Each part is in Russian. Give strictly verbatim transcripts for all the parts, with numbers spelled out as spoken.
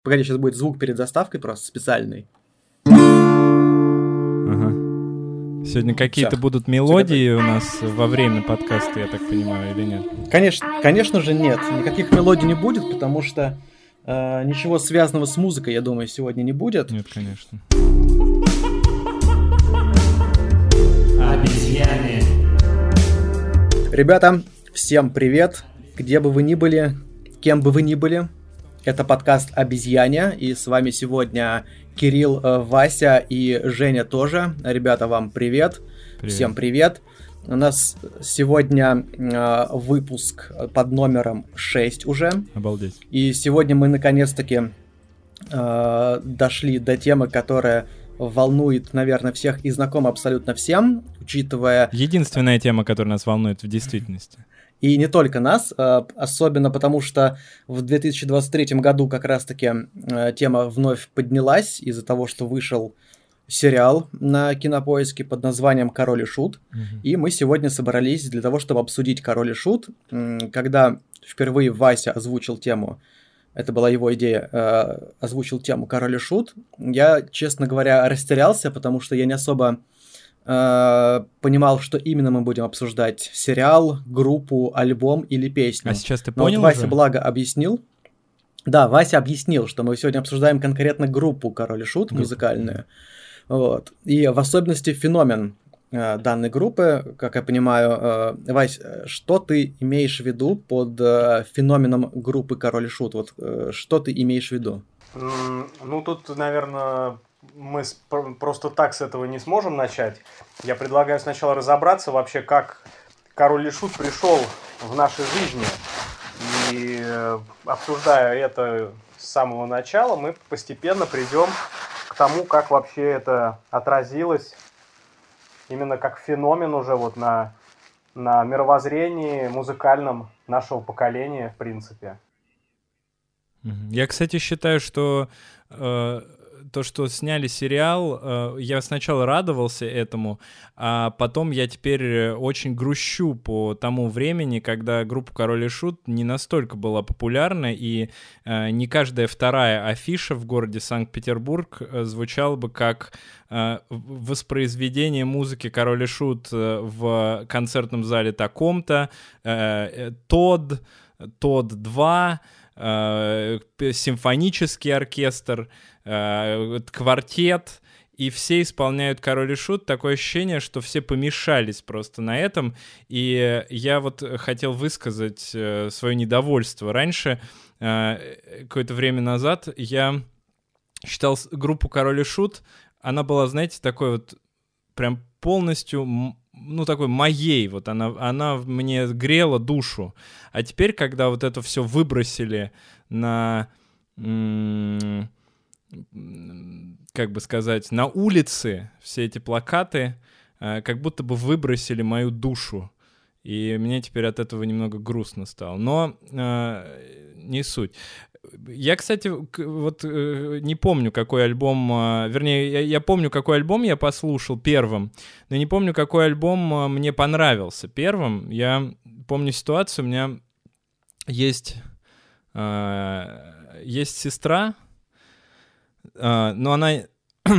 Погоди, сейчас будет звук перед заставкой просто специальный. Ага. Сегодня какие-то Всё. будут мелодии у нас во время подкаста, я так понимаю, или нет? Конечно, конечно же нет. Никаких мелодий не будет, потому что э, ничего связанного с музыкой, я думаю, сегодня не будет. Нет, конечно. Обезьяне. Ребята, всем привет. Где бы вы ни были, кем бы вы ни были. Это подкаст «Обезьяне», и с вами сегодня Кирилл, Вася и Женя тоже. Ребята, вам привет. Привет. Всем привет. У нас сегодня э, выпуск под номером шесть уже. Обалдеть. И сегодня мы наконец-таки э, дошли до темы, которая волнует, наверное, всех и знакома абсолютно всем, учитывая... Единственная тема, которая нас волнует в действительности. И не только нас, особенно потому, что в две тысячи двадцать третьем году как раз-таки тема вновь поднялась из-за того, что вышел сериал на Кинопоиске под названием «Король и Шут». Mm-hmm. И мы сегодня собрались для того, чтобы обсудить «Король и Шут». Когда впервые Вася озвучил тему, это была его идея, озвучил тему «Король и Шут», я, честно говоря, растерялся, потому что я не особо... понимал, что именно мы будем обсуждать: сериал, группу, альбом или песню. А сейчас ты Но понял вот Вася уже? благо объяснил. Да, Вася объяснил, что мы сегодня обсуждаем конкретно группу «Король и Шут», Группа. музыкальную. Вот. И в особенности феномен э, данной группы, как я понимаю. Э, Вась, что ты имеешь в виду под э, феноменом группы «Король и Шут»? Вот, э, что ты имеешь в виду? Mm, ну, тут, наверное... мы с, просто так с этого не сможем начать. Я предлагаю сначала разобраться вообще, как Король и Шут пришел в нашей жизни. И обсуждая это с самого начала, мы постепенно придем к тому, как вообще это отразилось именно как феномен уже вот на, на мировоззрении музыкальном нашего поколения, в принципе. Я, кстати, считаю, что... Э... то, что сняли сериал, я сначала радовался этому, а потом я теперь очень грущу по тому времени, когда группа «Король и Шут» не настолько была популярна, и не каждая вторая афиша в городе Санкт-Петербург звучала бы как воспроизведение музыки «Король и Шут» в концертном зале таком-то, Тод, Тод два, симфонический оркестр, квартет, и все исполняют «Король и Шут». Такое ощущение, что все помешались просто на этом, и я вот хотел высказать свое недовольство. Раньше, какое-то время назад, я считал группу «Король и Шут», она была, знаете, такой вот прям полностью... ну, такой моей, вот она, она мне грела душу. А теперь, когда вот это все выбросили на, м- как бы сказать, на улице, все эти плакаты, э, как будто бы выбросили мою душу. И мне теперь от этого немного грустно стало. Но э, не суть. Я, кстати, вот э, не помню, какой альбом... Э, вернее, я, я помню, какой альбом я послушал первым, но не помню, какой альбом э, мне понравился первым. Я помню ситуацию, у меня есть, э, есть сестра, э, но она э,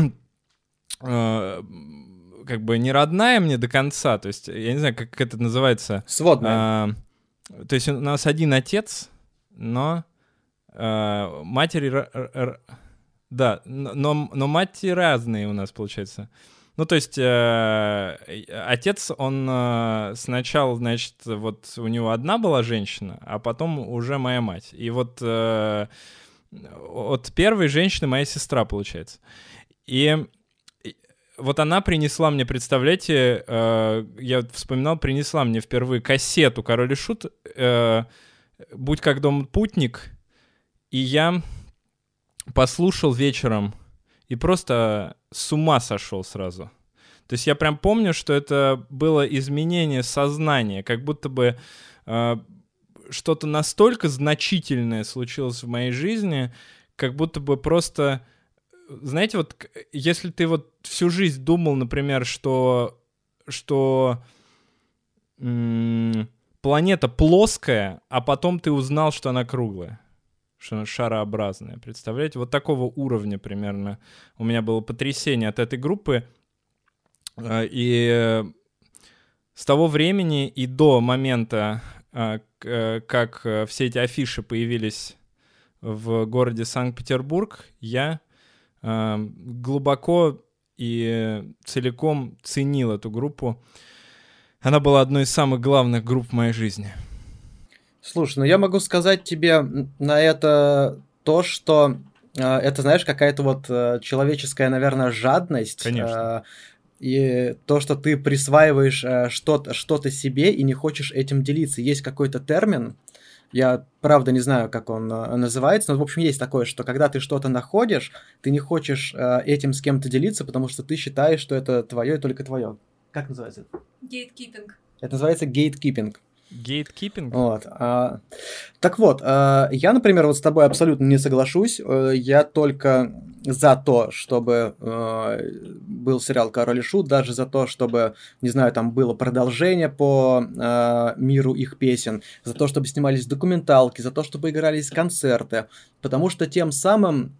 как бы не родная мне до конца, то есть я не знаю, как это называется. Сводная. Э, то есть у нас один отец, но... Uh, матери... Р- р- да, но, но матери разные у нас, получается. Ну, то есть э, отец, он э, сначала, значит, вот у него одна была женщина, а потом уже моя мать. И вот э, от первой женщины моя сестра, получается. И вот она принесла мне, представляете, э, я вспоминал, принесла мне впервые кассету «Король и Шут», э, «Будь как дом путник». И я послушал вечером и просто с ума сошел сразу. То есть я прям помню, что это было изменение сознания, как будто бы э, что-то настолько значительное случилось в моей жизни, как будто бы просто... Знаете, вот если ты вот всю жизнь думал, например, что, что м- планета плоская, а потом ты узнал, что она круглая. что шарообразное. Представляете? Вот такого уровня примерно у меня было потрясение от этой группы. И с того времени и до момента, как все эти афиши появились в городе Санкт-Петербург, я глубоко и целиком ценил эту группу. Она была одной из самых главных групп в моей жизни. Слушай, ну я могу сказать тебе на это то, что э, это, знаешь, какая-то вот э, человеческая, наверное, жадность. Конечно. Э, и то, что ты присваиваешь э, что-то, что-то себе и не хочешь этим делиться. Есть какой-то термин, я правда не знаю, как он э, называется, но, в общем, есть такое, что когда ты что-то находишь, ты не хочешь э, этим с кем-то делиться, потому что ты считаешь, что это твое и только твое. Как называется это? Гейткипинг. Это называется гейткипинг. Гейткипинг? Вот. А, так вот, а, я, например, вот с тобой абсолютно не соглашусь. А, я только за то, чтобы а, был сериал «Король и Шут», даже за то, чтобы, не знаю, там было продолжение по а, миру их песен, за то, чтобы снимались документалки, за то, чтобы игрались концерты, потому что тем самым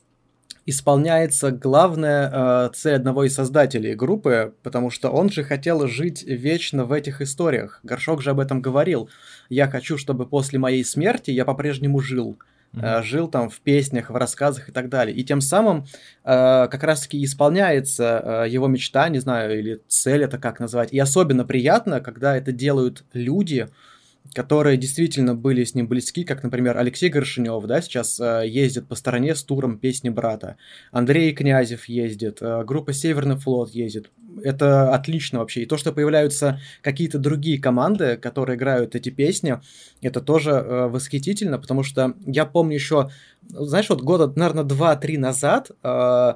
исполняется главная э, цель одного из создателей группы, потому что он же хотел жить вечно в этих историях. Горшок же об этом говорил. Я хочу, чтобы после моей смерти я по-прежнему жил. Mm-hmm. Э, жил там в песнях, в рассказах и так далее. И тем самым э, как раз-таки исполняется э, его мечта, не знаю, или цель это как назвать. И особенно приятно, когда это делают люди, которые действительно были с ним близки, как, например, Алексей Горшенев, да, сейчас э, ездит по стране с туром «Песни брата». Андрей Князев ездит, э, группа «Северный флот» ездит. Это отлично вообще. И то, что появляются какие-то другие команды, которые играют эти песни, это тоже э, восхитительно, потому что я помню еще, знаешь, вот года, наверное, два-три назад... Э,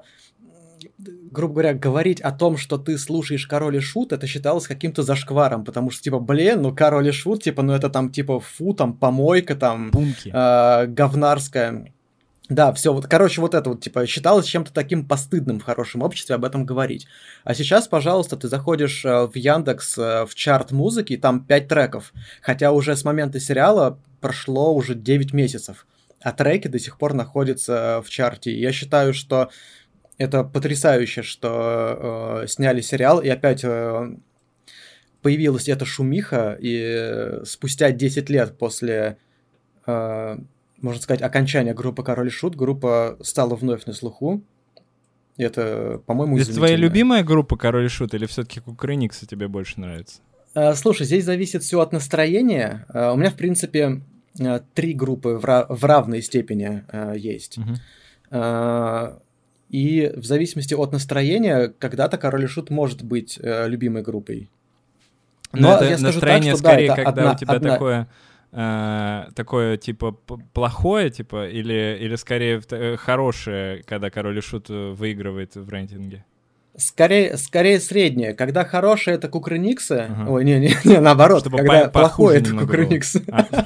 грубо говоря, говорить о том, что ты слушаешь «Король и Шут», это считалось каким-то зашкваром, потому что, типа, блин, ну «Король и Шут», типа, ну это там, типа, фу, там, помойка, там, э, говнарская. Да, все, вот, короче, вот это вот, типа, считалось чем-то таким постыдным в хорошем обществе об этом говорить. А сейчас, пожалуйста, ты заходишь э, в Яндекс, э, в чарт музыки, там пять треков, хотя уже с момента сериала прошло уже девять месяцев, а треки до сих пор находятся в чарте. И я считаю, что это потрясающе, что э, сняли сериал, и опять э, появилась эта шумиха, и спустя десять лет после, э, можно сказать, окончания группы «Король и Шут», группа стала вновь на слуху. И это, по-моему, это твоя любимая группа «Король и Шут» или все-таки Кукрыниксы тебе больше нравится? Э, слушай, здесь зависит все от настроения. Э, у меня, в принципе, э, три группы в, ra- в равной степени э, есть. Uh-huh. Э, И в зависимости от настроения, когда-то «Король и Шут» может быть э, любимой группой. Но, Но это я настроение так, что, скорее, да, когда одна, у тебя одна... такое, э, такое, типа, плохое, типа, или, или скорее хорошее, когда «Король и Шут» выигрывает в рейтинге? Скорее, скорее среднее. Когда хорошее — это Кукрыниксы. Ага. Ой, не-не-не, наоборот. Чтобы когда плохое — это Кукрыниксы.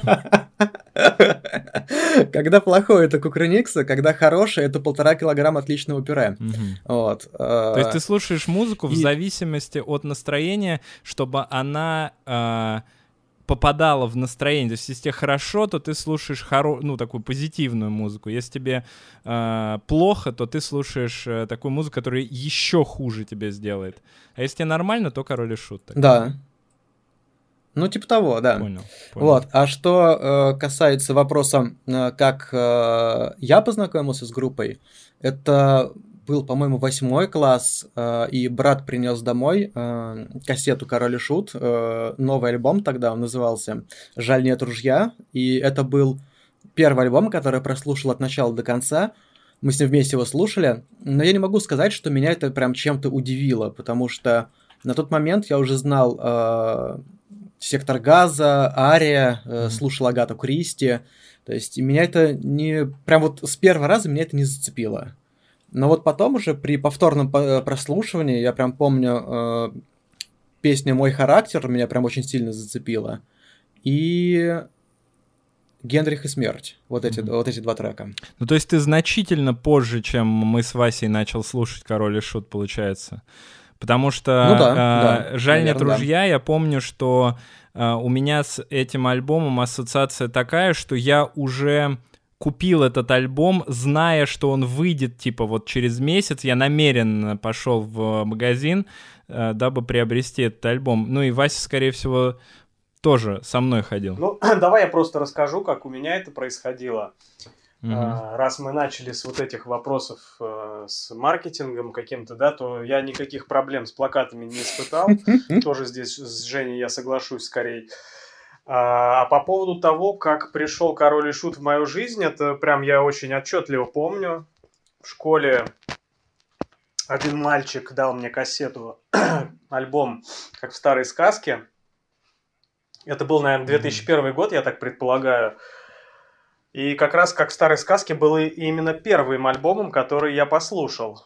Когда плохое — это Кукрыниксы, когда хорошее — это полтора килограмма отличного пюре. Вот. То есть ты слушаешь музыку в зависимости от настроения, чтобы она... попадала в настроение. То есть, если тебе хорошо, то ты слушаешь хоро... ну, такую позитивную музыку. Если тебе э, плохо, то ты слушаешь э, такую музыку, которая еще хуже тебе сделает. А если тебе нормально, то «Король и Шут». Так. Да. Ну, типа того, да. Понял. понял. Вот. А что э, касается вопроса, э, как э, я познакомился с группой, это... был, по-моему, восьмой класс, э, и брат принес домой э, кассету «Король и Шут», э, новый альбом тогда, он назывался «Жаль, нет ружья», и это был первый альбом, который я прослушал от начала до конца, мы с ним вместе его слушали, но я не могу сказать, что меня это прям чем-то удивило, потому что на тот момент я уже знал э, «Сектор газа», «Ария», э, слушал Агату Кристи, то есть меня это не... Прям вот с первого раза меня это не зацепило. Но вот потом уже при повторном прослушивании, я прям помню, э, песня «Мой характер» меня прям очень сильно зацепила. И «Генрих и смерть». Вот эти, mm-hmm. вот эти два трека. Ну, то есть ты значительно позже, чем мы с Васей начал слушать «Король и Шут», получается. Потому что ну, да, э, да, «Жаль, наверное, нет ружья», да. я помню, что э, у меня с этим альбомом ассоциация такая, что я уже... купил этот альбом, зная, что он выйдет, типа, вот через месяц. Я намеренно пошел в магазин, э, дабы приобрести этот альбом. Ну и Вася, скорее всего, тоже со мной ходил. Ну, давай я просто расскажу, как у меня это происходило. Угу. А, раз мы начали с вот этих вопросов а, с маркетингом каким-то, да, то я никаких проблем с плакатами не испытал. Тоже здесь с Женей я соглашусь скорее. А по поводу того, как пришел Король и Шут в мою жизнь, это прям я очень отчетливо помню. В школе один мальчик дал мне кассету, альбом «Как в старой сказке». Это был, наверное, две тысячи первый год, я так предполагаю. И как раз «Как в старой сказке» был именно первым альбомом, который я послушал.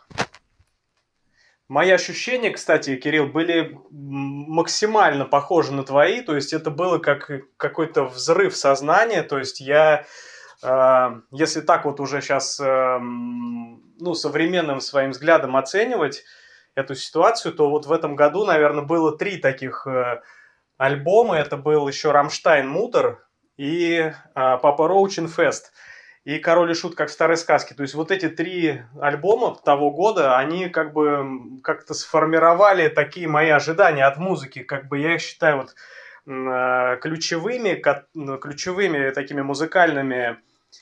Мои ощущения, кстати, Кирилл, были максимально похожи на твои, то есть это было как какой-то взрыв сознания, то есть я, э, если так вот уже сейчас, э, ну, современным своим взглядом оценивать эту ситуацию, то вот в этом году, наверное, было три таких э, альбома, это был еще «Рамштайн Мутер» и э, «Папа Роуч Инфест». И «Король и Шут», как в старой сказке. То есть вот эти три альбома того года, они как бы как-то сформировали такие мои ожидания от музыки. Как бы я их считаю вот ключевыми, ключевыми такими музыкальными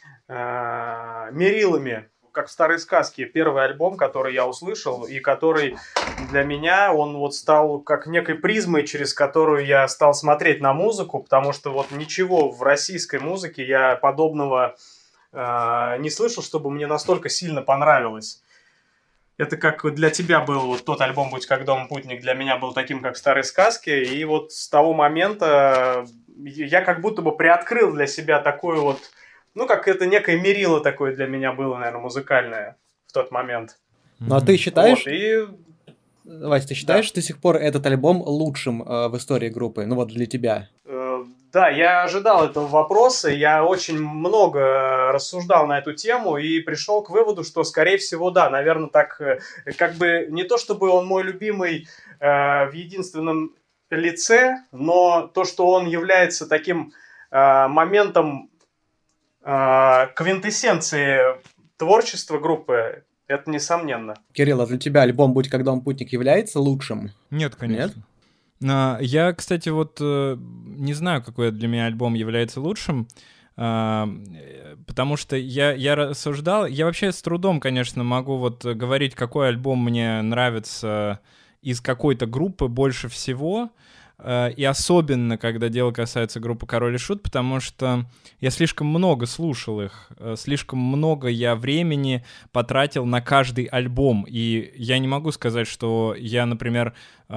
э, мерилами, как в старой сказке. Первый альбом, который я услышал, и который для меня, он вот стал как некой призмой, через которую я стал смотреть на музыку, потому что вот ничего в российской музыке я подобного не слышал, чтобы мне настолько сильно понравилось. Это как для тебя был вот тот альбом «Будь как дом, путник», для меня был таким, как в старой сказке. И вот с того момента я как будто бы приоткрыл для себя такое вот, ну, как это некое мерило такое для меня было, наверное, музыкальное в тот момент. Ну, а ты считаешь... Вот, и... Вась, ты считаешь да. до сих пор этот альбом лучшим э, в истории группы? Ну, вот для тебя. Да, я ожидал этого вопроса, я очень много рассуждал на эту тему и пришел к выводу, что, скорее всего, да, наверное, так, как бы, не то чтобы он мой любимый э, в единственном лице, но то, что он является таким э, моментом э, квинтэссенции творчества группы, это несомненно. Кирилл, а для тебя альбом «Будь как дом, путник» является лучшим? Нет, конечно. Нет? Я, кстати, вот не знаю, какой для меня альбом является лучшим, потому что я, я рассуждал, я вообще с трудом, конечно, могу вот говорить, какой альбом мне нравится из какой-то группы больше всего, и особенно, когда дело касается группы «Король и Шут», потому что я слишком много слушал их, слишком много я времени потратил на каждый альбом, и я не могу сказать, что я, например...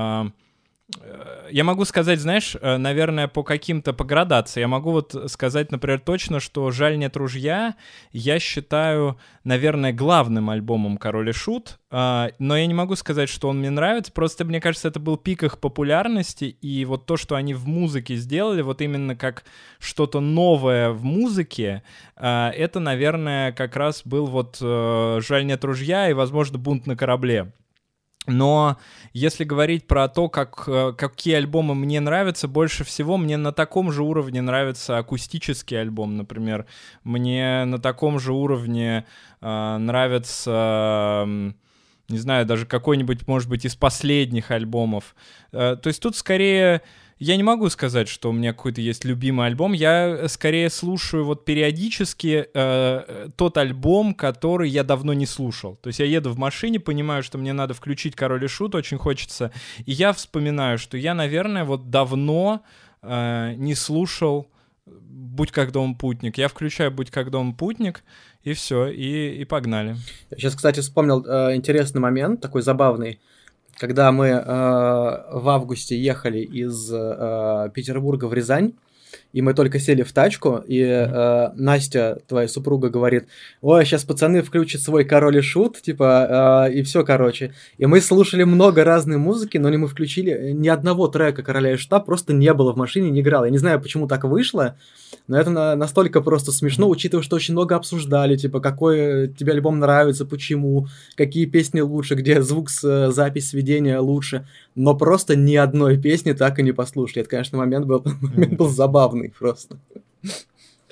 Я могу сказать, знаешь, наверное, по каким-то, по градации. Я могу вот сказать, например, точно, что «Жаль, нет ружья» я считаю, наверное, главным альбомом «Король и Шут», но я не могу сказать, что он мне нравится, просто, мне кажется, это был пик их популярности, и вот то, что они в музыке сделали, вот именно как что-то новое в музыке, это, наверное, как раз был вот «Жаль, нет ружья» и, возможно, «Бунт на корабле». Но если говорить про то, как, какие альбомы мне нравятся, больше всего мне на таком же уровне нравится акустический альбом, например. Мне на таком же уровне э, нравится, э, не знаю, даже какой-нибудь, может быть, из последних альбомов. Э, то есть тут скорее... Я не могу сказать, что у меня какой-то есть любимый альбом. Я скорее слушаю вот периодически э, тот альбом, который я давно не слушал. То есть я еду в машине, понимаю, что мне надо включить «Король и Шут», очень хочется. И я вспоминаю, что я, наверное, вот давно э, не слушал «Будь как дом, путник». Я включаю «Будь как дом, путник», и все, и, и погнали. Я сейчас, кстати, вспомнил э, интересный момент, такой забавный. Когда мы э, в августе ехали из э, Петербурга в Рязань, и мы только сели в тачку, и э, Настя, твоя супруга, говорит: ой, сейчас пацаны включат свой «Король и Шут», типа, э, и все, короче. И мы слушали много разной музыки, но не мы включили ни одного трека «Короля и Шута», просто не было в машине, не играл. Я не знаю, почему так вышло, но это на, настолько просто смешно, учитывая, что очень много обсуждали, типа, какой тебе альбом нравится, почему, какие песни лучше, где звук, с, запись, сведения лучше, но просто ни одной песни так и не послушали. Это, конечно, момент был, момент был забавный просто.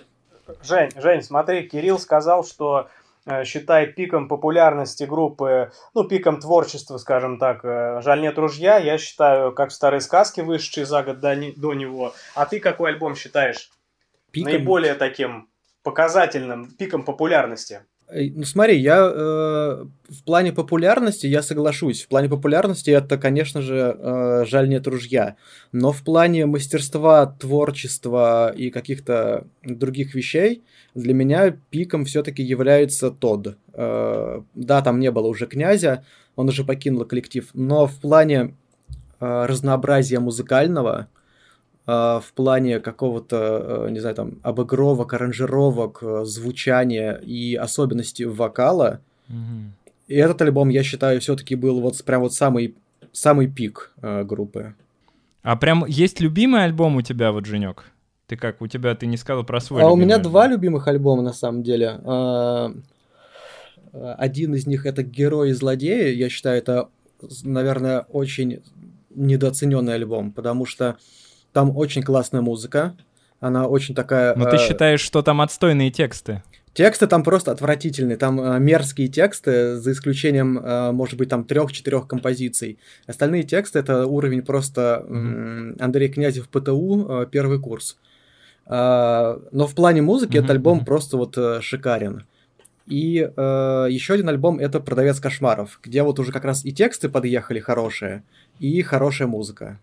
Жень, Жень, смотри, Кирилл сказал, что э, считает пиком популярности группы, ну, пиком творчества, скажем так, э, «Жаль, нет ружья». Я считаю, как в «Старой сказке», вышедшей за год до, не- до него. А ты какой альбом считаешь Пиком? наиболее таким показательным, пиком популярности? Э, Ну смотри, я э, в плане популярности я соглашусь. В плане популярности это, конечно же, э, «Жаль, нет ружья». Но в плане мастерства, творчества и каких-то других вещей для меня пиком все-таки является Тодд. Э, да, там не было уже князя, он уже покинул коллектив. Но в плане э, разнообразия музыкального, э, в плане какого-то, э, не знаю, там, обыгровок, аранжировок, э, звучания и особенностей вокала, Мгм. и этот альбом, я считаю, все-таки был вот прям вот самый, самый пик э, группы. А прям есть любимый альбом у тебя, вот, Женек? Ты как, у тебя, ты не сказал про свой А у любимый меня альбом. два любимых альбома, на самом деле. А, э, Один из них это «Герой и злодеи». Я считаю, это, з- наверное, очень недооцененный альбом, потому что там очень классная музыка. Она очень такая... Но ты э, считаешь, что там отстойные тексты? Тексты там просто отвратительные, там э, мерзкие тексты, за исключением, э, может быть, там трех-четырех композиций. Остальные тексты это уровень просто м, Андрей Князев ПТУ, э, первый курс. А, но в плане музыки Мгм, этот альбом мгм. просто вот э, шикарен. И э, еще один альбом это «Продавец кошмаров», где вот уже как раз и тексты подъехали хорошие, и хорошая музыка.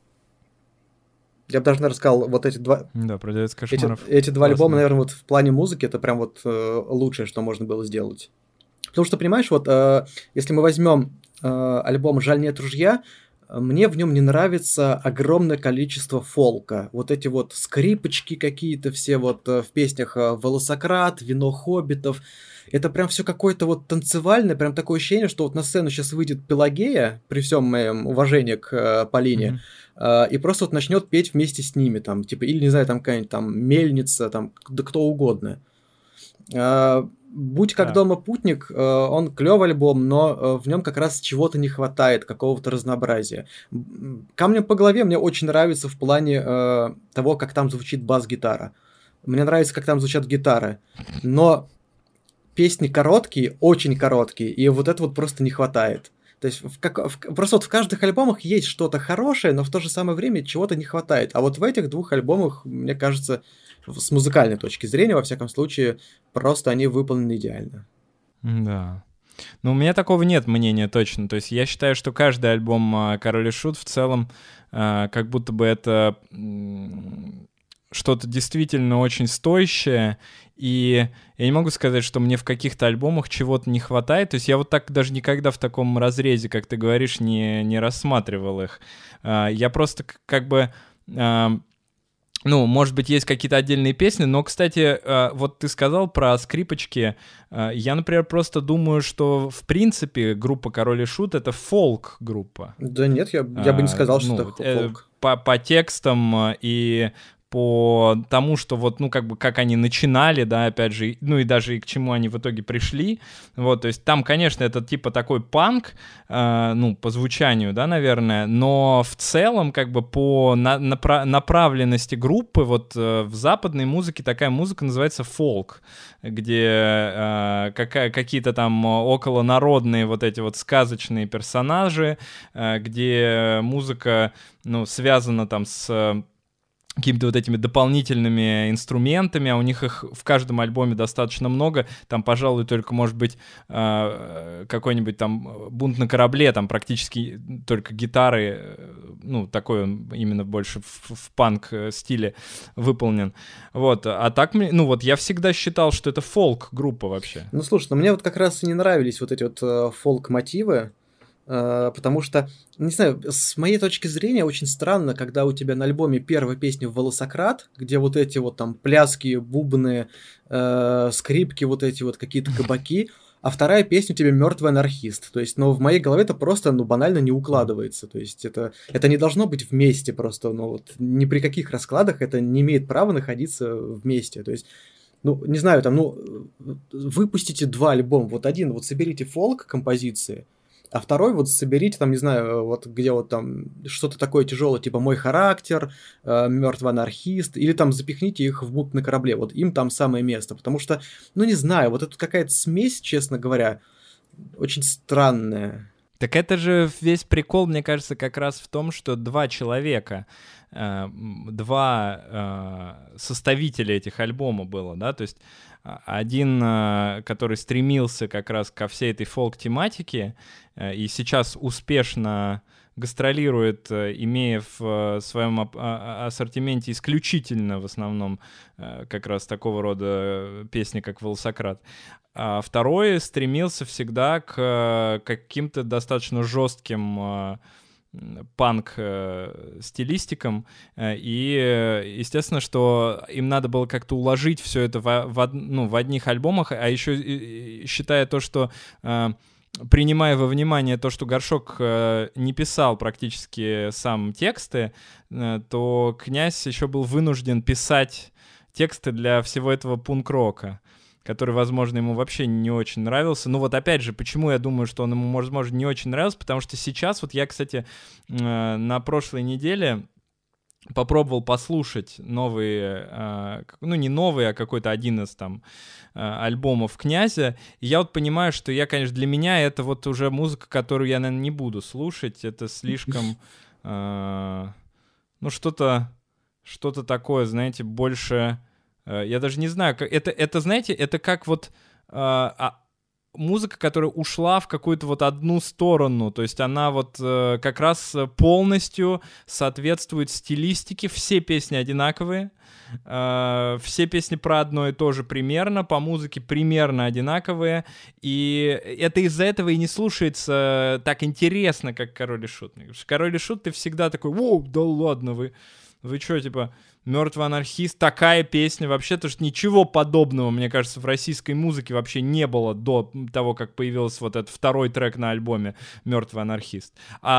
Я бы даже, наверное, сказал, вот эти два, Да, «Продавец эти, кошмаров». эти два альбома, Классно. наверное, вот в плане музыки это прям вот э, лучшее, что можно было сделать. Потому что, понимаешь, вот э, если мы возьмем э, альбом «Жаль, нет ружья», э, мне в нем не нравится огромное количество фолка. Вот эти вот скрипочки какие-то все вот э, в песнях э, «Волосократ», «Вино хоббитов». Это прям все какое-то вот танцевальное, прям такое ощущение, что вот на сцену сейчас выйдет Пелагея, при всем моем уважении к э, Полине, Мгм. э, и просто вот начнет петь вместе с ними, там, типа, или, не знаю, там какая-нибудь там Мельница, там, да кто угодно. А, «Будь как Так. дома путник», э, он клевый альбом, но э, в нем как раз чего-то не хватает, какого-то разнообразия. М, «Камнем по голове» мне очень нравится в плане э, того, как там звучит бас-гитара. Мне нравится, как там звучат гитары, но песни короткие, очень короткие, и вот это вот просто не хватает. То есть в как- в- просто вот в каждых альбомах есть что-то хорошее, но в то же самое время чего-то не хватает. А вот в этих двух альбомах, мне кажется, в- с музыкальной точки зрения, во всяком случае, просто они выполнены идеально. Да. Ну, у меня такого нет мнения точно. То есть я считаю, что каждый альбом а, «Король и Шут» в целом а, как будто бы это м, что-то действительно очень стоящее. И я не могу сказать, что мне в каких-то альбомах чего-то не хватает. То есть я вот так даже никогда в таком разрезе, как ты говоришь, не, не рассматривал их. А, Я просто к- как бы... а, Ну, может быть, есть какие-то отдельные песни, но, кстати, э, вот ты сказал про скрипочки. Э, Я, например, просто думаю, что, в принципе, группа «Король и Шут» — это фолк-группа. Да нет, я, я бы не А, сказал, что ну, это вот, хо- э, фолк. по, по текстам э, и по тому, что вот, ну, как бы, как они начинали, да, опять же, и- ну, и даже и к чему они в итоге пришли, вот, то есть там, конечно, это типа такой панк, э, ну, по звучанию, да, наверное, но в целом, как бы, по на- напра- направленности группы, вот, э, в западной музыке такая музыка называется фолк, где э, какая- какие-то там околонародные вот эти вот сказочные персонажи, э, где музыка, ну, связана там с какими-то вот этими дополнительными инструментами, а у них их в каждом альбоме достаточно много. Там, пожалуй, только, может быть, э, какой-нибудь там «Бунт на корабле», там практически только гитары, э, ну, такой он именно больше в, в панк-стиле выполнен. Вот. А так, мне- ну, вот я всегда считал, что это фолк-группа вообще. Ну слушай, ну мне вот как раз и не нравились вот эти вот э, фолк-мотивы, э, потому что, не знаю, с моей точки зрения очень странно, когда у тебя на альбоме первая песня «Волосократ», где вот эти вот там пляски, бубны, э, скрипки, вот эти вот какие-то кабаки, а вторая песня у тебя «Мертвый анархист». То есть, ну, в моей голове это просто, ну, банально не укладывается. То есть, это, это не должно быть вместе просто, ну, вот, ни при каких раскладах это не имеет права находиться вместе. То есть, ну, не знаю, там, ну, выпустите два альбома, вот один, вот соберите фолк-композиции, А второй вот соберите там, не знаю, вот где вот там что-то такое тяжелое, типа «Мой характер», э, «Мертвый анархист», или там запихните их в «Мут на корабле», вот им там самое место, потому что, ну не знаю, вот это какая-то смесь, честно говоря, очень странная. Так это же весь прикол, мне кажется, как раз в том, что два человека, э, два э, составителя этих альбомов было, да, то есть один, э, который стремился как раз ко всей этой фолк-тематике э, и сейчас успешно гастролирует, э, имея в э, своем ап- а- ассортименте исключительно в основном э, как раз такого рода песни, как «Волосократ». А второй стремился всегда к каким-то достаточно жестким э, панк-стилистикам, э, и, естественно, что им надо было как-то уложить все это в, в, ну, в одних альбомах, а еще считая то, что... Э, принимая во внимание то, что Горшок э, не писал практически сам тексты, э, то Князь еще был вынужден писать тексты для всего этого пунк-рока, который, возможно, ему вообще не очень нравился. Ну вот опять же, почему я думаю, что он ему, возможно, не очень нравился, потому что сейчас, вот я, кстати, э, на прошлой неделе попробовал послушать новые, э, ну не новые, а какой-то один из там э, альбомов Князя, и я вот понимаю, что я, конечно, для меня это вот уже музыка, которую я, наверное, не буду слушать, это слишком, э, ну что-то, что-то такое, знаете, больше, э, я даже не знаю, как, это, это, знаете, это как вот э, а, музыка, которая ушла в какую-то вот одну сторону, то есть она вот э, как раз полностью соответствует стилистике, все песни одинаковые, э, все песни про одно и то же примерно, по музыке примерно одинаковые, и это из-за этого и не слушается так интересно, как «Король и Шут». Потому что «Король и Шут» ты всегда такой: «Воу, да ладно, вы, вы что, типа... «Мертвый анархист», такая песня, вообще-то ж ничего подобного, мне кажется, в российской музыке вообще не было до того, как появился вот этот второй трек на альбоме «Мертвый анархист».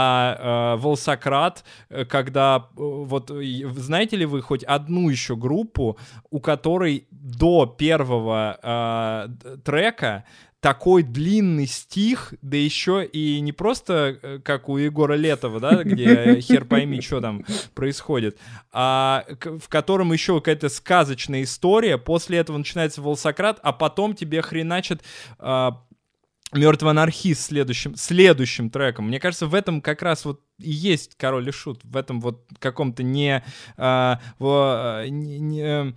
А э, «Волосократ», когда, вот, знаете ли вы хоть одну еще группу, у которой до первого э, трека такой длинный стих, да еще и не просто как у Егора Летова, да, где хер пойми, что там происходит, а в котором еще какая-то сказочная история, после этого начинается «Волосократ», а потом тебе хреначат а, «Мертвый анархист» следующим, следующим треком. Мне кажется, в этом как раз вот и есть «Король и Шут», в этом вот каком-то не... А, в, не, не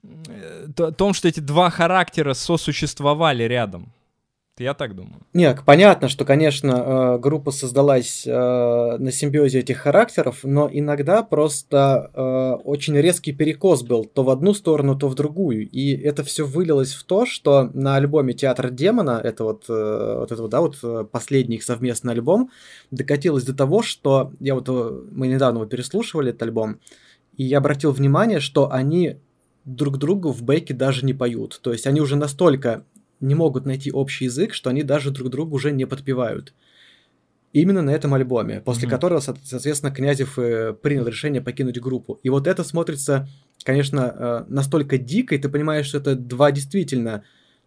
том, что эти два характера сосуществовали рядом. Я так думаю. Нет, понятно, что, конечно, группа создалась на симбиозе этих характеров, но иногда просто очень резкий перекос был то в одну сторону, то в другую. И это все вылилось в то, что на альбоме «Театр демона», это вот, вот, это вот, да, вот последний их совместный альбом, докатилось до того, что я вот, мы недавно его переслушивали, этот альбом, и я обратил внимание, что они друг другу в бэке даже не поют. То есть они уже настолько не могут найти общий язык, что они даже друг другу уже не подпевают. Именно на этом альбоме, после mm-hmm. которого, соответственно, Князев принял решение покинуть группу. И вот это смотрится, конечно, настолько дико, и ты понимаешь, что это два действительно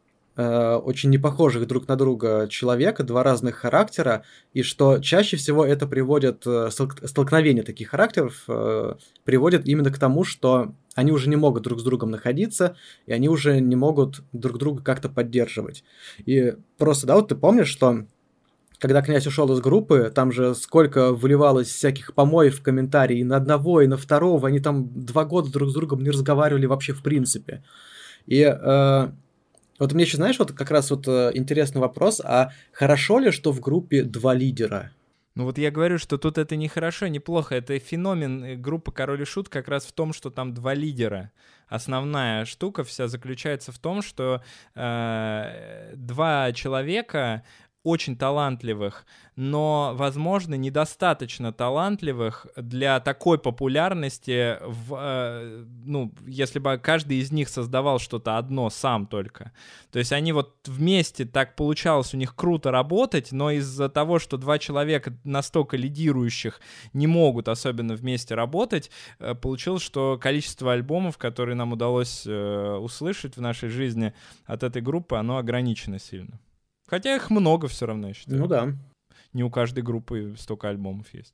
очень непохожих друг на друга человека, два разных характера, и что чаще всего это приводит, столкновение таких характеров приводит именно к тому, что они уже не могут друг с другом находиться, и они уже не могут друг друга как-то поддерживать. И просто, да, вот ты помнишь, что когда Князь ушел из группы, там же сколько выливалось всяких помоев в комментарии и на одного, и на второго, они там два года друг с другом не разговаривали вообще в принципе. И э, вот мне еще, знаешь, вот как раз вот интересный вопрос, а хорошо ли, что в группе два лидера? Ну вот я говорю, что тут это не хорошо, не плохо. Это феномен группы «Король и Шут» как раз в том, что там два лидера. Основная штука вся заключается в том, что э, два человека очень талантливых, но, возможно, недостаточно талантливых для такой популярности, в, э, ну, если бы каждый из них создавал что-то одно сам только. То есть они вот вместе, так получалось у них круто работать, но из-за того, что два человека настолько лидирующих не могут особенно вместе работать, э, получилось, что количество альбомов, которые нам удалось э, услышать в нашей жизни от этой группы, оно ограничено сильно. Хотя их много все равно, я считаю. Ну да. не у каждой группы столько альбомов есть.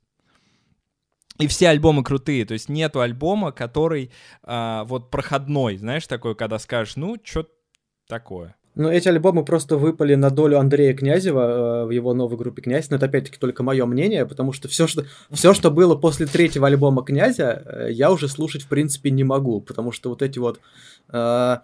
И все альбомы крутые, то есть нету альбома, который а, вот проходной, знаешь, такой, когда скажешь, ну, что такое. Ну, эти альбомы просто выпали на долю Андрея Князева э, в его новой группе «Князь», но это опять-таки только мое мнение, потому что все, что, все, что было после третьего альбома «Князя», э, я уже слушать в принципе не могу, потому что вот эти вот... Э,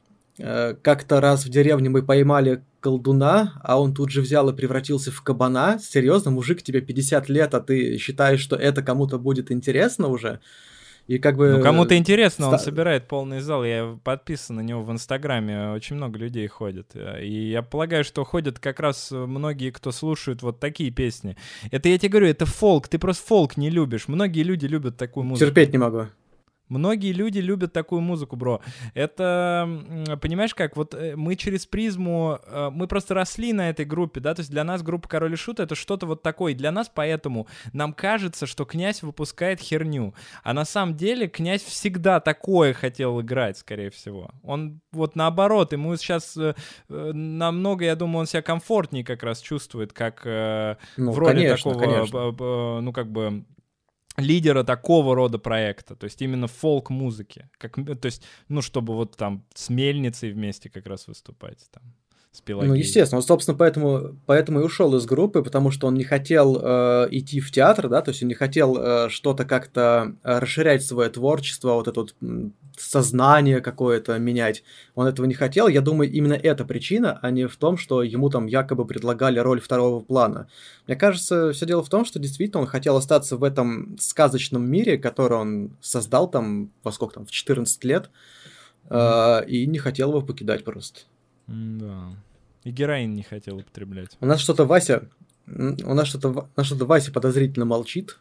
э, как-то раз в деревне мы поймали колдуна, а он тут же взял и превратился в кабана. Серьезно, мужик, тебе пятьдесят лет, а ты считаешь, что это кому-то будет интересно уже? И как бы... Ну, кому-то интересно, ста... он собирает полный зал. Я подписан на него в Инстаграме, очень много людей ходит. И я полагаю, что ходят как раз многие, кто слушают вот такие песни. Это я тебе говорю, это фолк, ты просто фолк не любишь. Многие люди любят такую музыку. Терпеть не могу. Многие люди любят такую музыку, бро. Это, понимаешь как, вот мы через призму, мы просто росли на этой группе, да, то есть для нас группа Король и Шут — это что-то вот такое. Для нас поэтому нам кажется, что Князь выпускает херню. А на самом деле Князь всегда такое хотел играть, скорее всего. Он вот наоборот, ему сейчас намного, я думаю, он себя комфортнее как раз чувствует, как ну, в роли конечно, такого, конечно. ну как бы... лидера такого рода проекта, то есть именно фолк-музыки, как, то есть, ну, чтобы вот там с Мельницей вместе как раз выступать, там, с Пелагеей. Ну, естественно, он, собственно, поэтому, поэтому и ушел из группы, потому что он не хотел э, идти в театр, да, то есть он не хотел э, что-то как-то э, расширять свое творчество, вот это вот сознание какое-то менять, он этого не хотел. Я думаю, именно эта причина, а не в том, что ему там якобы предлагали роль второго плана. Мне кажется, все дело в том, что действительно он хотел остаться в этом сказочном мире, который он создал там, во сколько там, в четырнадцать лет, э, и не хотел его покидать просто. Да. И героин не хотел употреблять. У нас что-то Вася, у нас что-то, у нас что-то Вася подозрительно молчит.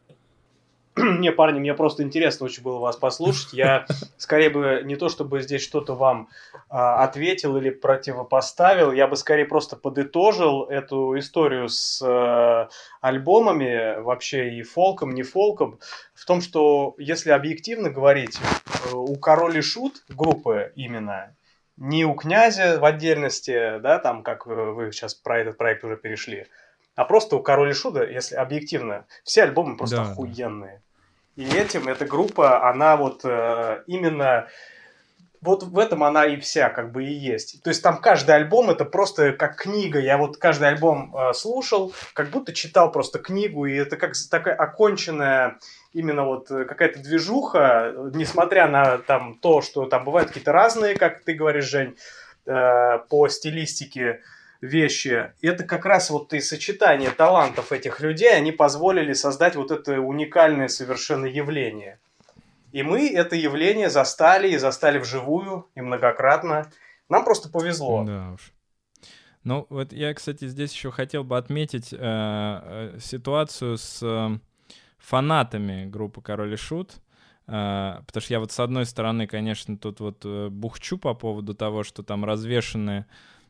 Не, парни, мне просто интересно очень было вас послушать. Я скорее бы не то, чтобы здесь что-то вам а, ответил или противопоставил, я бы скорее просто подытожил эту историю с а, альбомами, вообще и фолком, не фолком, в том, что если объективно говорить, у Король и Шут группы именно, не у Князя в отдельности, да, там, как вы сейчас про этот проект уже перешли, а просто у Король и Шута, если объективно, все альбомы просто да, охуенные. И этим эта группа, она вот э, именно, вот в этом она и вся как бы и есть. То есть там каждый альбом это просто как книга. Я вот каждый альбом э, слушал, как будто читал просто книгу, и это как такая оконченная именно вот какая-то движуха, несмотря на там то, что там бывают какие-то разные, как ты говоришь, Жень, э, по стилистике вещи. И это как раз вот и сочетание талантов этих людей, они позволили создать вот это уникальное совершенно явление. И мы это явление застали, и застали вживую, и многократно. Нам просто повезло. Да уж. Ну, вот я, кстати, здесь еще хотел бы отметить э, э, ситуацию с э, фанатами группы Король и Шут. Uh, потому что я вот с одной стороны, конечно, тут вот uh, бухчу по поводу того, что там развешаны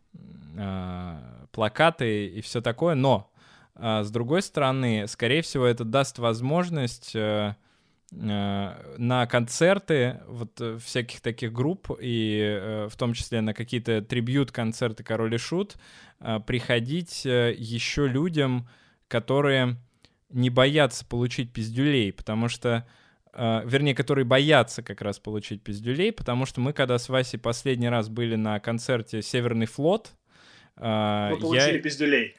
uh, плакаты и все такое, но uh, с другой стороны, скорее всего, это даст возможность uh, uh, на концерты вот uh, всяких таких групп и uh, в том числе на какие-то трибьют-концерты Король и Шут uh, приходить uh, еще людям, которые не боятся получить пиздюлей, потому что Uh, вернее, которые боятся как раз получить пиздюлей, потому что мы, когда с Васей последний раз были на концерте «Северный флот», uh, мы получили я... пиздюлей.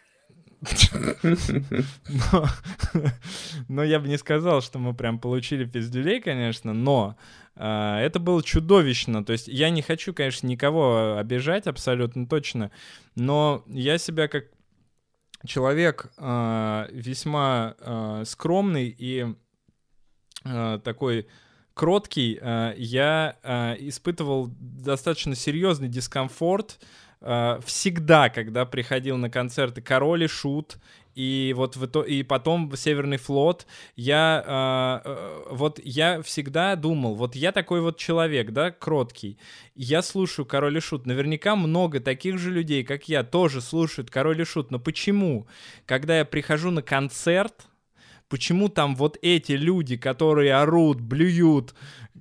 Но я бы не сказал, что мы прям получили пиздюлей, конечно, но это было чудовищно. То есть я не хочу, конечно, никого обижать абсолютно точно, но я себя как человек весьма скромный и такой кроткий, я испытывал достаточно серьезный дискомфорт всегда, когда приходил на концерты Король и Шут, и вот в итоге, и потом Северный флот, я вот я всегда думал, вот я такой вот человек, да, кроткий, я слушаю Король и Шут, наверняка много таких же людей, как я, тоже слушают Король и Шут, но почему, когда я прихожу на концерт, почему там вот эти люди, которые орут, блюют,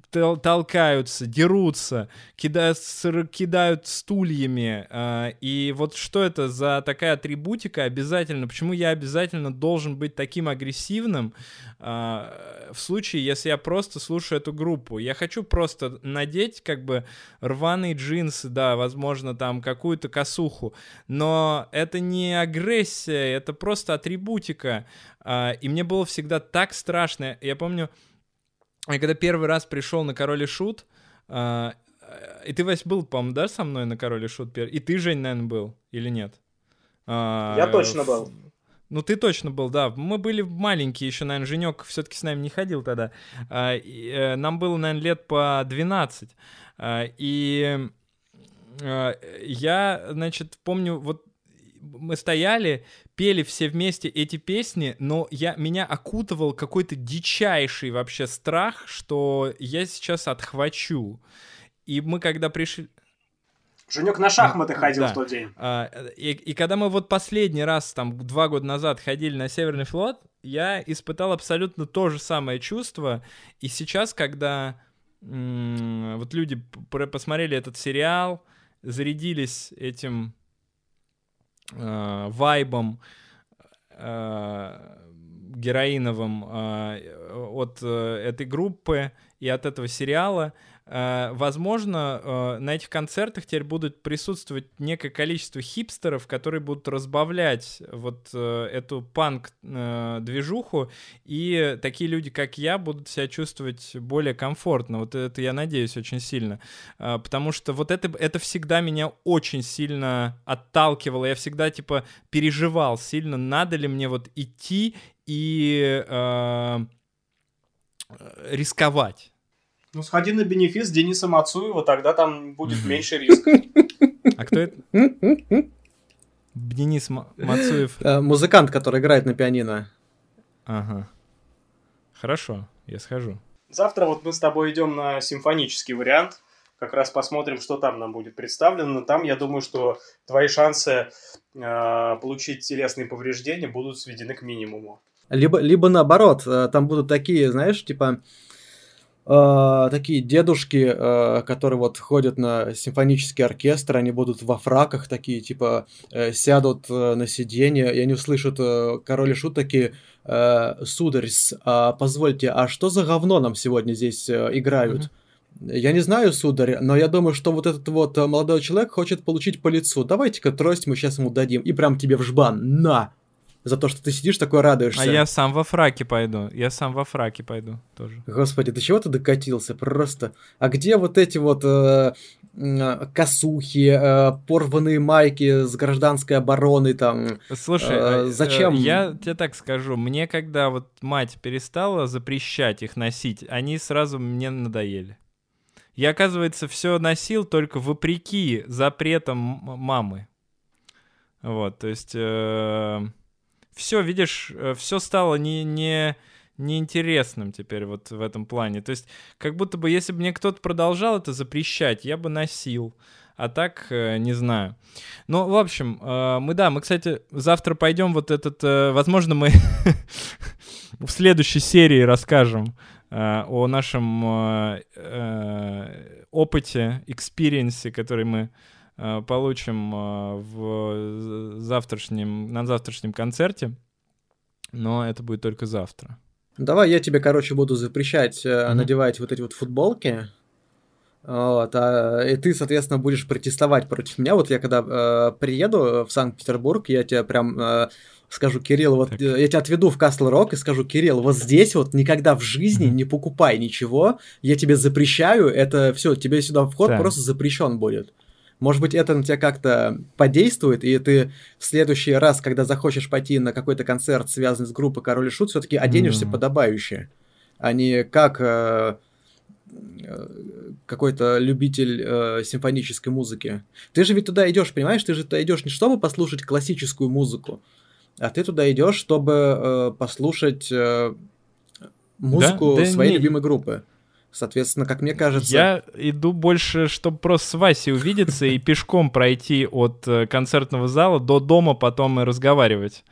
толкаются, дерутся, кидают, кидают стульями. И вот что это за такая атрибутика обязательно? Почему я обязательно должен быть таким агрессивным в случае, если я просто слушаю эту группу? Я хочу просто надеть как бы рваные джинсы, да, возможно, там какую-то косуху, но это не агрессия, это просто атрибутика. И мне было всегда так страшно. Я помню, я когда первый раз пришел на Король и Шут, э, и ты, Вась, был, по-моему, да, со мной на Король и Шут? И ты, Жень, наверное, был или нет? А, я точно был. Ну, ты точно был, да. Мы были маленькие еще, наверное, Женек все-таки с нами не ходил тогда. А, и, э, нам было, наверное, лет по двенадцать. А, и э, я, значит, помню, вот мы стояли, пели все вместе эти песни, но я, меня окутывал какой-то дичайший вообще страх, что я сейчас отхвачу. И мы когда пришли... Женек на шахматы а, ходил да. в тот день. А, и, и когда мы вот последний раз, там, два года назад ходили на Северный флот, я испытал абсолютно то же самое чувство. И сейчас, когда м- вот люди посмотрели этот сериал, зарядились этим... вайбом э, героиновым э, от э, этой группы и от этого сериала, э, возможно, э, на этих концертах теперь будут присутствовать некое количество хипстеров, которые будут разбавлять вот э, эту панк-движуху, э, и такие люди, как я, будут себя чувствовать более комфортно. Вот это я надеюсь очень сильно. Э, потому что вот это, это всегда меня очень сильно отталкивало. Я всегда, типа, переживал сильно, надо ли мне вот идти и э, рисковать. Ну, сходи на бенефис Дениса Мацуева, тогда там будет меньше риск. А кто это? Денис Мацуев. Музыкант, который играет на пианино. Ага. Хорошо, я схожу. Завтра вот мы с тобой идем на симфонический вариант. Как раз посмотрим, что там нам будет представлено. Там, я думаю, что твои шансы э, получить телесные повреждения будут сведены к минимуму. Либо, либо наоборот, там будут такие, знаешь, типа... Uh, такие дедушки, uh, которые вот ходят на симфонический оркестр, они будут во фраках такие, типа, uh, сядут uh, на сиденье, и они услышат uh, Король и Шут такие: uh, сударь, uh, позвольте, а что за говно нам сегодня здесь uh, играют? Mm-hmm. Я не знаю, сударь, но я думаю, что вот этот вот uh, молодой человек хочет получить по лицу. Давайте-ка трость мы сейчас ему дадим, и прям тебе в жбан, на! За то, что ты сидишь такой радуешься. А я сам во фраке пойду. Я сам во фраке пойду тоже. Господи, до чего ты докатился? Просто. А где вот эти вот э, э, косухи, э, порванные майки с гражданской обороной там? Слушай, э, зачем? Э, я тебе так скажу. Мне когда вот мать перестала запрещать их носить, они сразу мне надоели. Я, оказывается, все носил только вопреки запретам мамы. Вот, то есть... Э, все, видишь, все стало не, не, неинтересным теперь вот в этом плане. То есть как будто бы, если бы мне кто-то продолжал это запрещать, я бы носил. А так, не знаю. Ну, в общем, мы, да, мы, кстати, завтра пойдем вот этот... Возможно, мы в следующей серии расскажем о нашем опыте, экспириенсе, который мы... получим в завтрашнем, на завтрашнем концерте, но это будет только завтра. Давай я тебе, короче, буду запрещать mm-hmm. надевать вот эти вот футболки, вот, а, и ты, соответственно, будешь протестовать против меня. Вот я когда э, приеду в Санкт-Петербург, я тебе прям э, скажу: Кирилл, вот э, я тебя отведу в Касл-Рок и скажу: Кирилл, вот здесь вот никогда в жизни mm-hmm. не покупай ничего, я тебе запрещаю, это все, тебе сюда вход так. просто запрещен будет. Может быть, это на тебя как-то подействует, и ты в следующий раз, когда захочешь пойти на какой-то концерт, связанный с группой Король и Шут, все-таки оденешься mm-hmm. подобающе, а не как э, какой-то любитель э, симфонической музыки. Ты же ведь туда идешь, понимаешь? Ты же туда идешь не чтобы послушать классическую музыку, а ты туда идешь, чтобы э, послушать э, музыку да? Да своей не... любимой группы. Соответственно, как мне кажется... Я иду больше, чтобы просто с Васей увидеться и пешком пройти от концертного зала до дома, потом и разговаривать.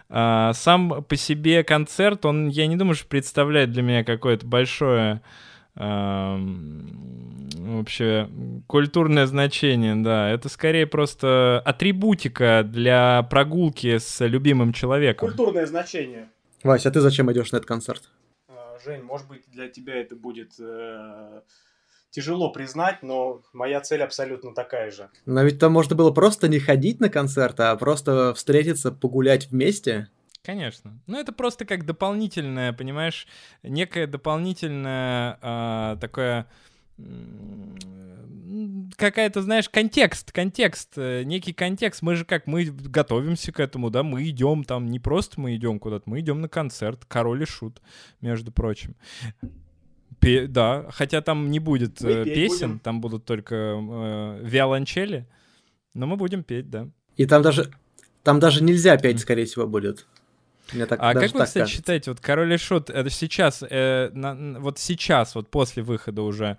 Сам по себе концерт, он, я не думаю, что представляет для меня какое-то большое вообще культурное значение, да. Это скорее просто атрибутика для прогулки с любимым человеком. Культурное значение. Вася, а ты зачем идешь на этот концерт? Жень, может быть, для тебя это будет э, тяжело признать, но моя цель абсолютно такая же. Но ведь там можно было просто не ходить на концерт, а просто встретиться, погулять вместе. Конечно. Ну, это просто как дополнительное, понимаешь, некое дополнительное э, такое... какая-то, знаешь, контекст, контекст, некий контекст. Мы же как, мы готовимся к этому, да, мы идем там, не просто мы идем куда-то, мы идем на концерт «Король и Шут», между прочим. Пе- да, хотя там не будет э, песен, будем. Там будут только э, виолончели, но мы будем петь, да. И там даже, там даже нельзя петь, скорее всего, будет. Мне так, а как вы, кстати, кажется. Считаете, вот «Король и Шут», это сейчас, э, на, вот сейчас, вот после выхода уже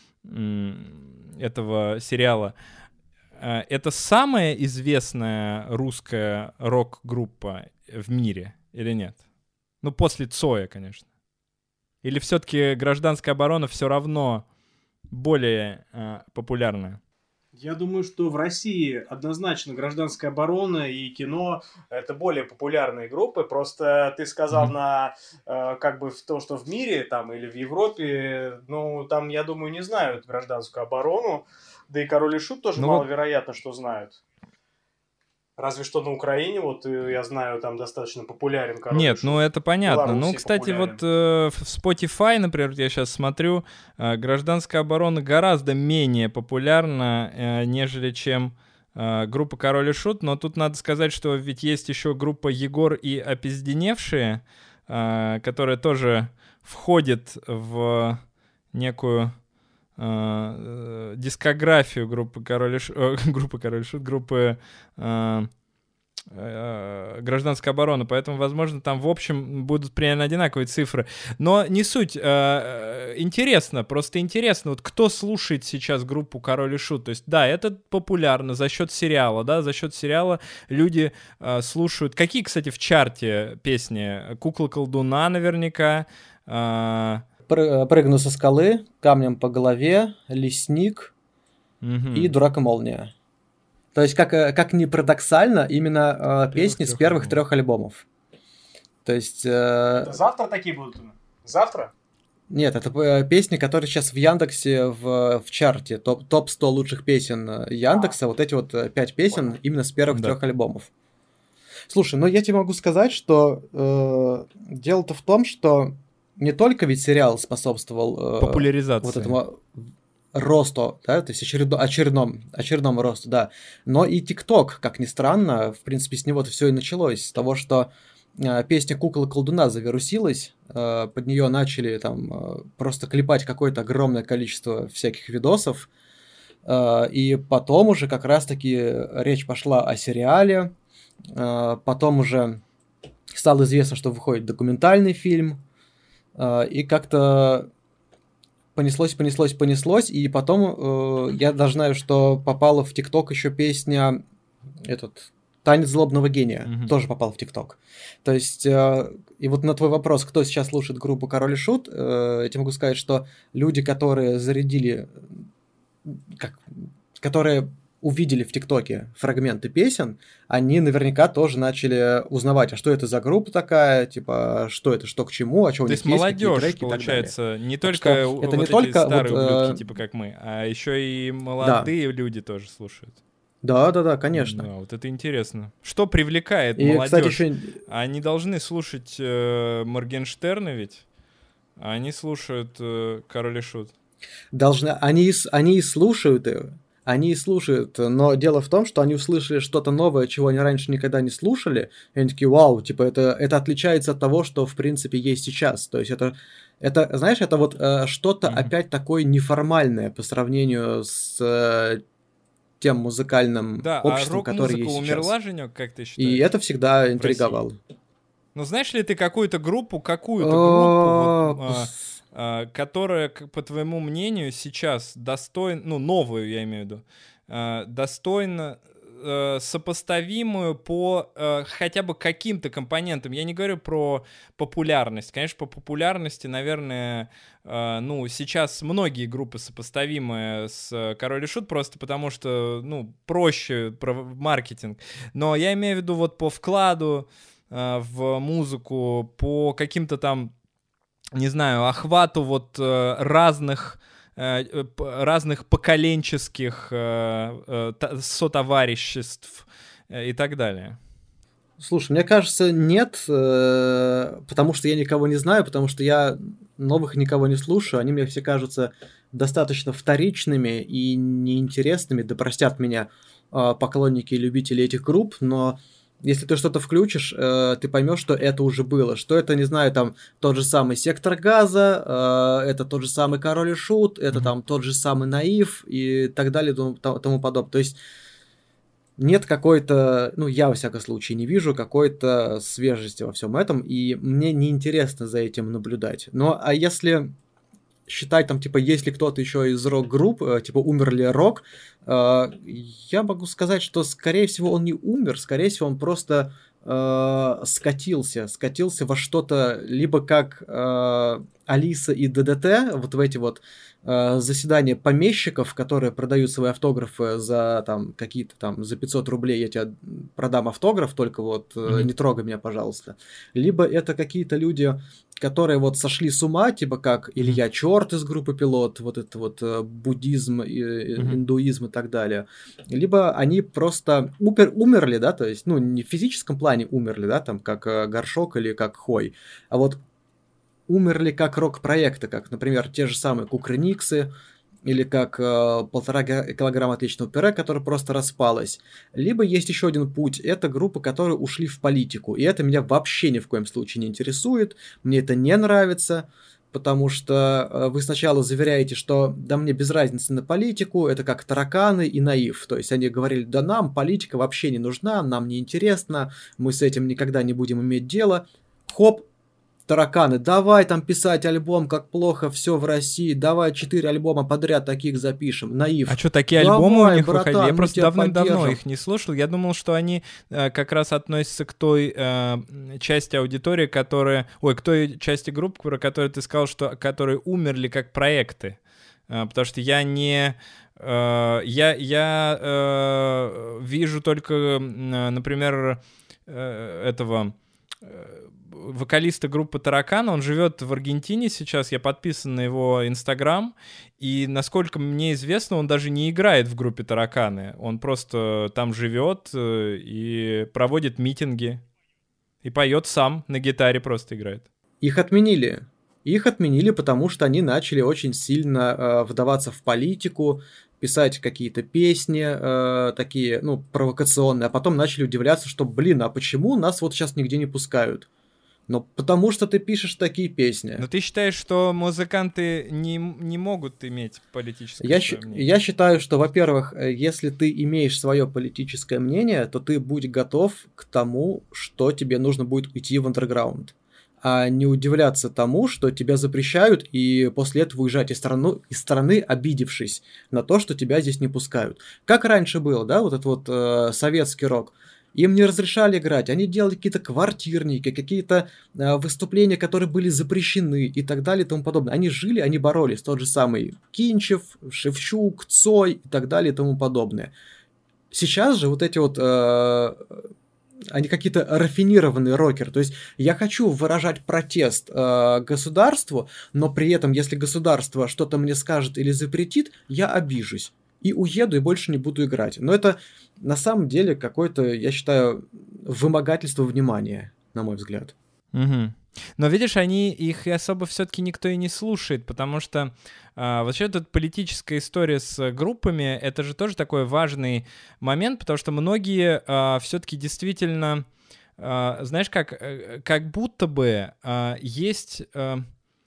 этого сериала, это самая известная русская рок-группа в мире или нет? Ну, после Цоя, конечно. Или все-таки «Гражданская оборона» все равно более э, популярная? Я думаю, что в России однозначно «Гражданская оборона» и кино — это более популярные группы. Просто ты сказал mm-hmm. на, э, как бы, в то, что в мире там, или в Европе, ну, там, я думаю, не знают «Гражданскую оборону». Да и «Король и Шут» тоже ну, маловероятно, что знают. Разве что на Украине, вот я знаю, там достаточно популярен «Король Нет, и Шут». ну это понятно. Ну, кстати, популярен. Вот э, в Spotify, например, я сейчас смотрю, э, «Гражданская оборона» гораздо менее популярна, э, нежели чем э, группа «Король и Шут». Но тут надо сказать, что ведь есть еще группа «Егор и опизденевшие», э, которая тоже входит в некую... Uh, дискографию группы Король и Шут, uh, группы Король и Шут, группы uh, uh, Гражданская оборона, поэтому, возможно, там в общем будут примерно одинаковые цифры. Но не суть. Uh, интересно, просто интересно, вот кто слушает сейчас группу Король и Шут. То есть, да, это популярно за счет сериала, да, за счет сериала люди uh, слушают. Какие, кстати, в чарте песни? «Кукла-колдуна» наверняка. Uh, «Прыгну со скалы», «Камнем по голове», «Лесник» угу. и «Дурак и молния». То есть, как, как ни парадоксально, именно э, песни с первых трех альбомов. То есть... Э... Это завтра такие будут? Завтра? Нет, это песни, которые сейчас в Яндексе в, в чарте. Топ, топ сто лучших песен Яндекса. А. Вот эти вот пять песен Понял. Именно с первых да. трех альбомов. Слушай, ну я тебе могу сказать, что э, дело-то в том, что не только ведь сериал способствовал э, популяризации, вот этому росту, да, то есть очередно, очередном, очередному росту, да, но и ТикТок, как ни странно, в принципе, с него-то все и началось, с того, что э, песня «Кукла-колдуна» завирусилась, э, под нее начали там э, просто клепать какое-то огромное количество всяких видосов, э, и потом уже как раз-таки речь пошла о сериале, э, потом уже стало известно, что выходит документальный фильм, и как-то понеслось, понеслось, понеслось, и потом э, я даже знаю, что попала в ТикТок еще песня этот «Танец злобного гения», mm-hmm. тоже попал в ТикТок. То есть, э, и вот на твой вопрос, кто сейчас слушает группу «Король и Шут», э, я тебе могу сказать, что люди, которые зарядили, как, которые увидели в ТикТоке фрагменты песен, они наверняка тоже начали узнавать, а что это за группа такая, типа, что это, что к чему, а что у них есть, молодежь, какие треки получается, не так только это вот не эти только старые вот, ублюдки, э... типа как мы, а еще и молодые да. люди тоже слушают. Да, да, да, конечно. Да, вот это интересно. Что привлекает и, молодежь? Кстати, еще... Они должны слушать э, Моргенштерна ведь, а они слушают э, «Король и Шут». Должны, они, они и слушают его. Они и слушают, но дело в том, что они услышали что-то новое, чего они раньше никогда не слушали, и они такие, вау, типа, это, это отличается от того, что, в принципе, есть сейчас. То есть это, это знаешь, это вот э, что-то mm-hmm. опять такое неформальное по сравнению с э, тем музыкальным да, обществом, а которое есть сейчас. Да, а рок-музыка умерла, Женёк, как ты считаешь? И это всегда интриговало. Ну, знаешь ли ты какую-то группу, какую-то группу... вот, Uh, которая, по твоему мнению, сейчас достойна, ну, новую, я имею в виду, uh, достойна э, сопоставимую по э, хотя бы каким-то компонентам. Я не говорю про популярность. Конечно, по популярности, наверное, э, ну, сейчас многие группы сопоставимы с Король и Шут, просто потому что, ну, проще про маркетинг. Но я имею в виду вот по вкладу э, в музыку, по каким-то там, не знаю, охвату вот э, разных разных поколенческих э, э, сотовариществ э, и так далее. Слушай, мне кажется, нет, э, потому что я никого не знаю, потому что я новых никого не слушаю, они мне все кажутся достаточно вторичными и неинтересными, да простят меня э, поклонники и любители этих групп, но если ты что-то включишь, э, ты поймешь, что это уже было. Что это, не знаю, там тот же самый Сектор Газа, э, это тот же самый Король и Шут, это mm-hmm. там тот же самый Наив и так далее и тому, тому подобное. То есть нет какой-то, ну я во всяком случае не вижу какой-то свежести во всем этом, и мне неинтересно за этим наблюдать. Ну а если считать там, типа, есть ли кто-то еще из рок-групп, э, типа, умер ли рок, э, я могу сказать, что, скорее всего, он не умер, скорее всего, он просто э, скатился, скатился во что-то, либо как э, Алиса и ДДТ, вот в эти вот э, заседания помещиков, которые продают свои автографы за там какие-то там, за пятьсот рублей я тебе продам автограф, только вот э, mm-hmm. не трогай меня, пожалуйста. Либо это какие-то люди, которые вот сошли с ума, типа как Илья Черт из группы Пилот, вот это вот э, буддизм, э, mm-hmm. индуизм и так далее. Либо они просто умер, умерли, да, то есть, ну, не в физическом плане умерли, да, там, как э, Горшок или как Хой, а вот умерли как рок-проекты, как, например, те же самые Кукрыниксы, или как э, полтора килограмма отличного пюре, которое просто распалось. Либо есть еще один путь, это группы, которые ушли в политику, и это меня вообще ни в коем случае не интересует, мне это не нравится, потому что э, вы сначала заверяете, что да мне без разницы на политику, это как тараканы и Наив, то есть они говорили, да нам политика вообще не нужна, нам не интересно, мы с этим никогда не будем иметь дело, хоп, тараканы, давай там писать альбом, как плохо все в России, давай четыре альбома подряд таких запишем, Наив. А что, такие давай, альбомы у них братан, выходили? Я просто давным-давно их не слушал. Я думал, что они э, как раз относятся к той э, части аудитории, которая... Ой, к той части групп, про которую ты сказал, что которые умерли как проекты. Э, потому что я не... Э, я я э, вижу только, э, например, э, этого... Э, вокалиста группы Таракана, он живет в Аргентине сейчас, я подписан на его Инстаграм, и, насколько мне известно, он даже не играет в группе Тараканы, он просто там живет и проводит митинги, и поет сам, на гитаре просто играет. Их отменили. Их отменили, потому что они начали очень сильно э, вдаваться в политику, писать какие-то песни э, такие, ну, провокационные, а потом начали удивляться, что, блин, а почему нас вот сейчас нигде не пускают? Ну, потому что ты пишешь такие песни. Но ты считаешь, что музыканты не, не могут иметь политическое я мнение? Я считаю, что, во-первых, если ты имеешь свое политическое мнение, то ты будь готов к тому, что тебе нужно будет уйти в андерграунд. А не удивляться тому, что тебя запрещают, и после этого уезжать из страны, из страны, обидевшись на то, что тебя здесь не пускают. Как раньше было, да, вот этот вот э, советский рок. Им не разрешали играть, они делали какие-то квартирники, какие-то э, выступления, которые были запрещены и так далее и тому подобное. Они жили, они боролись. Тот же самый Кинчев, Шевчук, Цой и так далее и тому подобное. Сейчас же вот эти вот... Э, они какие-то рафинированные рокеры. То есть я хочу выражать протест э, государству, но при этом, если государство что-то мне скажет или запретит, я обижусь. И уеду, и больше не буду играть. Но это на самом деле какое-то, я считаю, вымогательство внимания, на мой взгляд. Угу. Но видишь, они их и особо все-таки никто и не слушает, потому что а, вообще тут политическая история с группами, это же тоже такой важный момент, потому что многие а, все-таки действительно, а, знаешь, как, как будто бы а, есть... А,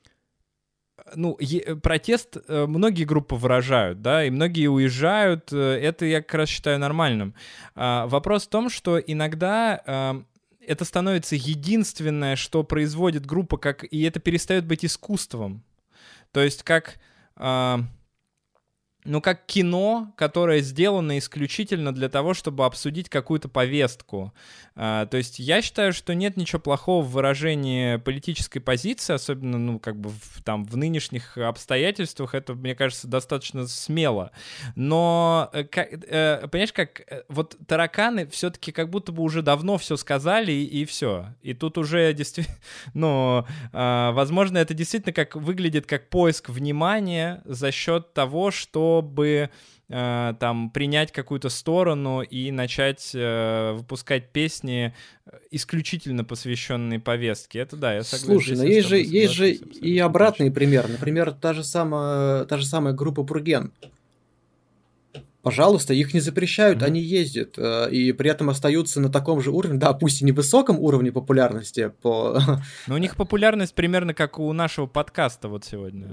ну, е- протест э, многие группы выражают, да, и многие уезжают, э, это я как раз считаю нормальным. А, вопрос в том, что иногда э, это становится единственное, что производит группа, как, и это перестает быть искусством. То есть как... Э, ну, как кино, которое сделано исключительно для того, чтобы обсудить какую-то повестку. А, то есть я считаю, что нет ничего плохого в выражении политической позиции, особенно, ну, как бы в, там, в нынешних обстоятельствах, это, мне кажется, достаточно смело. Но, как, э, понимаешь, как вот тараканы все-таки как будто бы уже давно все сказали, и, и все. И тут уже действительно, ну, э, возможно, это действительно как выглядит как поиск внимания за счет того, что чтобы э, там принять какую-то сторону и начать э, выпускать песни исключительно посвященные повестке. Это да, я согласен. Слушай, но есть же, есть же и обратный пример. Например, та же самая, та же самая группа Пурген. Пожалуйста, их не запрещают, mm-hmm. они ездят, и при этом остаются на таком же уровне, да, пусть и невысоком уровне популярности. По... Но у них популярность примерно как у нашего подкаста вот сегодня.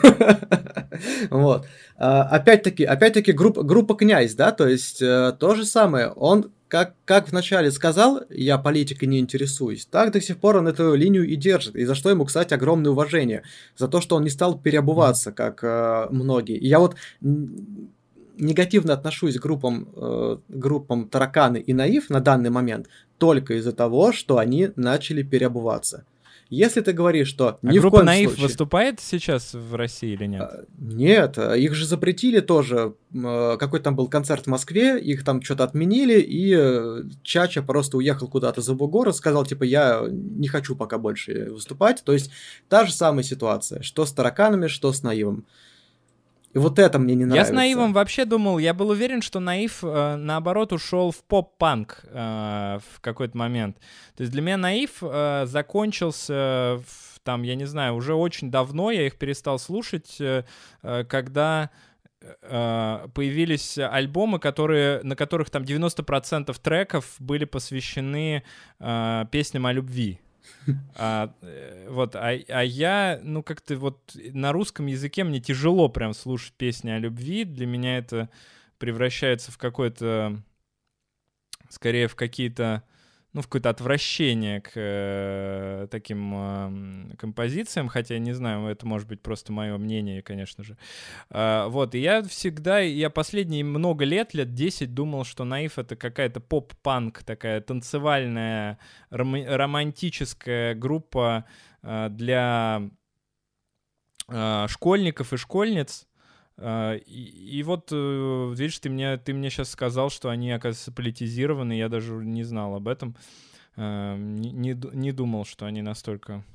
Вот. Опять-таки, опять-таки группа, группа «Князь», да, то есть то же самое. Он, как, как вначале сказал, я политикой не интересуюсь, так до сих пор он эту линию и держит. И за что ему, кстати, огромное уважение. За то, что он не стал переобуваться, как многие. И я вот... негативно отношусь к группам, э, группам «Тараканы» и «Наив» на данный момент только из-за того, что они начали переобуваться. Если ты говоришь, что а ни группа в коем «Наив» случае... выступает сейчас в России или нет? А, нет, их же запретили тоже. Какой там был концерт в Москве, их там что-то отменили, и Чача просто уехал куда-то за бугор и сказал, типа, я не хочу пока больше выступать. То есть та же самая ситуация, что с «Тараканами», что с «Наивом». И вот это мне не нравится. Я с «Наивом» вообще думал, я был уверен, что «Наив», э, наоборот, ушел в поп-панк э, в какой-то момент. То есть для меня «Наив» э, закончился, в, там, я не знаю, уже очень давно, я их перестал слушать, э, э, когда э, появились альбомы, которые, на которых там девяносто процентов треков были посвящены э, песням о любви. А, вот, а, а я, ну, как-то вот на русском языке мне тяжело прям слушать песни о любви. Для меня это превращается в какое-то, скорее в какие-то, ну, в какое-то отвращение к э, таким э, композициям, хотя, не знаю, это может быть просто мое мнение, конечно же. А, вот, и я всегда, я последние много лет, лет десять, думал, что «Наив» — это какая-то поп-панк, такая танцевальная, ром- романтическая группа э, для э, школьников и школьниц. Uh, и, и вот, uh, видишь, ты мне, ты мне сейчас сказал, что они, оказывается, политизированы, я даже не знал об этом, uh, не, не, не думал, что они настолько,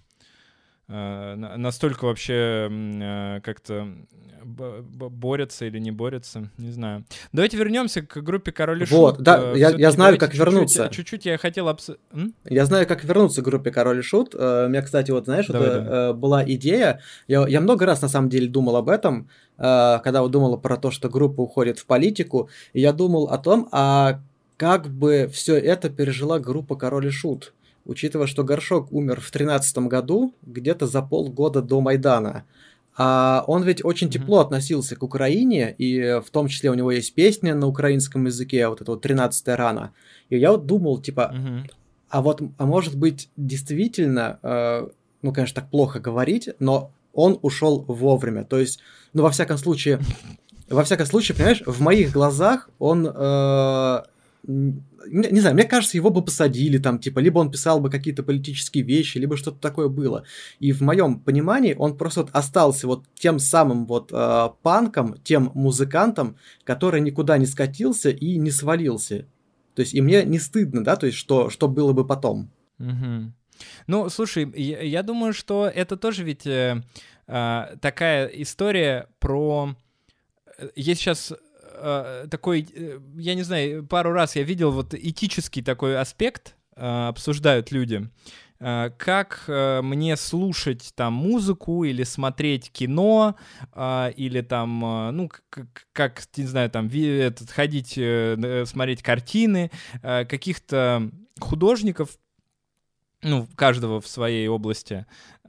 uh, настолько вообще uh, как-то б- б- борются или не борются, не знаю. Давайте вернемся к группе «Король и Шут». Вот, да, я, я знаю, как чуть-чуть, вернуться. Чуть-чуть я хотел... Обс... Я знаю, как вернуться к группе «Король и Шут». Uh, у меня, кстати, вот, знаешь, давай, это, давай. Uh, была идея, я, я много раз, на самом деле, думал об этом, когда вот думала про то, что группа уходит в политику, и я думал о том, а как бы все это пережила группа «Король и Шут», учитывая, что Горшок умер в тринадцатом году, где-то за полгода до Майдана. А он ведь очень mm-hmm. тепло относился к Украине, и в том числе у него есть песня на украинском языке, вот это вот «тринадцатая рана». И я вот думал, типа, mm-hmm. а вот, а может быть, действительно, э, ну, конечно, так плохо говорить, но он ушел вовремя. То есть, ну, во всяком случае, во всяком случае, понимаешь, в моих глазах он, э, не, не знаю, мне кажется, его бы посадили там, типа, либо он писал бы какие-то политические вещи, либо что-то такое было. И в моем понимании он просто вот остался вот тем самым вот э, панком, тем музыкантом, который никуда не скатился и не свалился. То есть, и мне не стыдно, да, то есть, что, что было бы потом. Mm-hmm. Ну, слушай, я, я думаю, что это тоже ведь э, э, такая история про... Есть сейчас э, такой, э, я не знаю, пару раз я видел вот этический такой аспект, э, обсуждают люди, э, как э, мне слушать там музыку или смотреть кино, э, или там, э, ну, как, как, не знаю, там, ви, этот, ходить, э, смотреть картины э, каких-то художников, ну, каждого в своей области,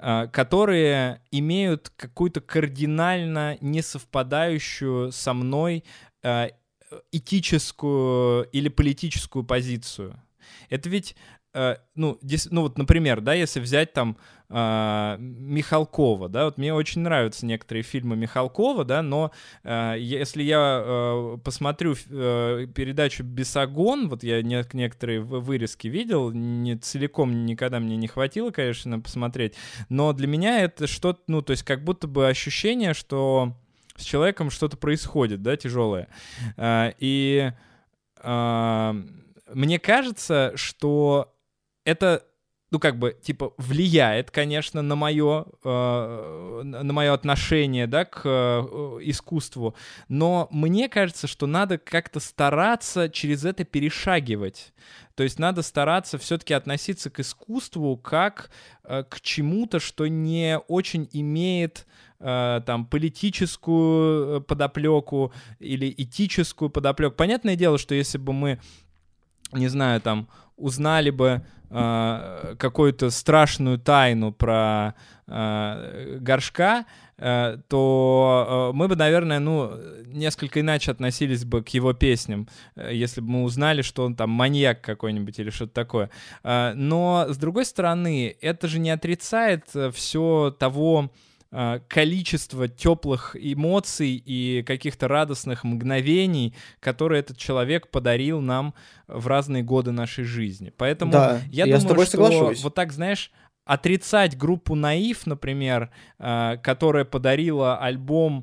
которые имеют какую-то кардинально несовпадающую со мной этическую или политическую позицию. Это ведь э, ну, дис, ну, вот, например, да, если взять там э, Михалкова, да, вот мне очень нравятся некоторые фильмы Михалкова, да, но э, если я э, посмотрю э, передачу «Бесогон», вот я не, некоторые вырезки видел, не, целиком никогда мне не хватило, конечно, посмотреть, но для меня это что-то, ну, то есть как будто бы ощущение, что с человеком что-то происходит, да, тяжелое. Э, и э, мне кажется, что это, ну, как бы, типа, влияет, конечно, на мое, э, на мое отношение, да, к э, искусству, но мне кажется, что надо как-то стараться через это перешагивать. То есть надо стараться все-таки относиться к искусству как э, к чему-то, что не очень имеет э, там политическую подоплеку или этическую подоплеку. Понятное дело, что если бы мы, не знаю, там, узнали бы э, какую-то страшную тайну про э, Горшка, э, то э, мы бы, наверное, ну, несколько иначе относились бы к его песням, э, если бы мы узнали, что он там маньяк какой-нибудь или что-то такое. Э, но, с другой стороны, это же не отрицает все того количество теплых эмоций и каких-то радостных мгновений, которые этот человек подарил нам в разные годы нашей жизни. Поэтому да, я, я думаю, с тобой что соглашусь. Вот так, знаешь, отрицать группу «Наив», например, которая подарила альбом,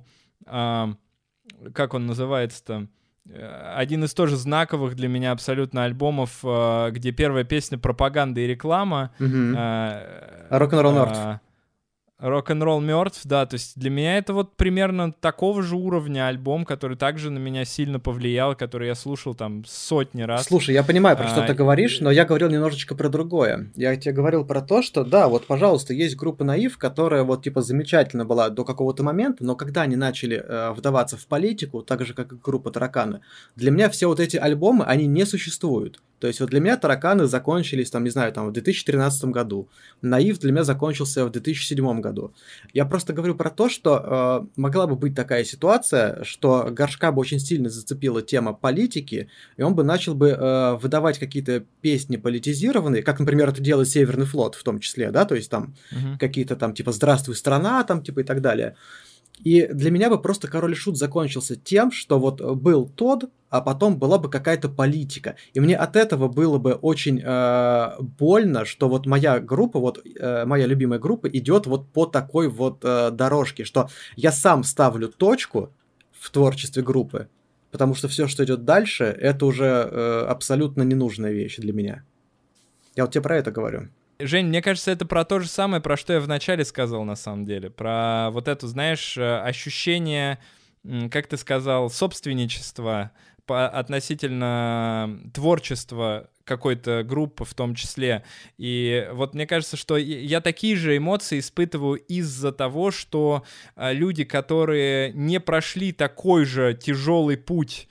как он называется-то, один из тоже знаковых для меня абсолютно альбомов, где первая песня «Пропаганда и реклама». Угу. Рок-н-ролл мертв. Рок-н-ролл мертв, да, то есть для меня это вот примерно такого же уровня альбом, который также на меня сильно повлиял, который я слушал там сотни раз. Слушай, я понимаю, про что а, ты говоришь, но я говорил немножечко про другое. Я тебе говорил про то, что да, вот, пожалуйста, есть группа «Наив», которая вот типа замечательно была до какого-то момента, но когда они начали э, вдаваться в политику, так же, как и группа «Тараканы», для меня все вот эти альбомы, они не существуют. То есть вот для меня «Тараканы» закончились, там, не знаю, там в две тысячи тринадцатом году. «Наив» для меня закончился в две тысячи седьмом году. Я просто говорю про то, что э, могла бы быть такая ситуация, что Горшка бы очень сильно зацепила тема политики, и он бы начал бы э, выдавать какие-то песни политизированные, как, например, это делает Северный флот в том числе, да, то есть там uh-huh. какие-то там типа «Здравствуй, страна», там типа и так далее. И для меня бы просто «Король и Шут» закончился тем, что вот был Тодд, а потом была бы какая-то политика. И мне от этого было бы очень э, больно, что вот моя группа, вот э, моя любимая группа идет вот по такой вот э, дорожке, что я сам ставлю точку в творчестве группы, потому что все, что идет дальше, это уже э, абсолютно ненужная вещь для меня. Я вот тебе про это говорю. Жень, мне кажется, это про то же самое, про что я вначале сказал, на самом деле. Про вот это, знаешь, ощущение, как ты сказал, собственничества относительно творчества какой-то группы в том числе. И вот мне кажется, что я такие же эмоции испытываю из-за того, что люди, которые не прошли такой же тяжелый путь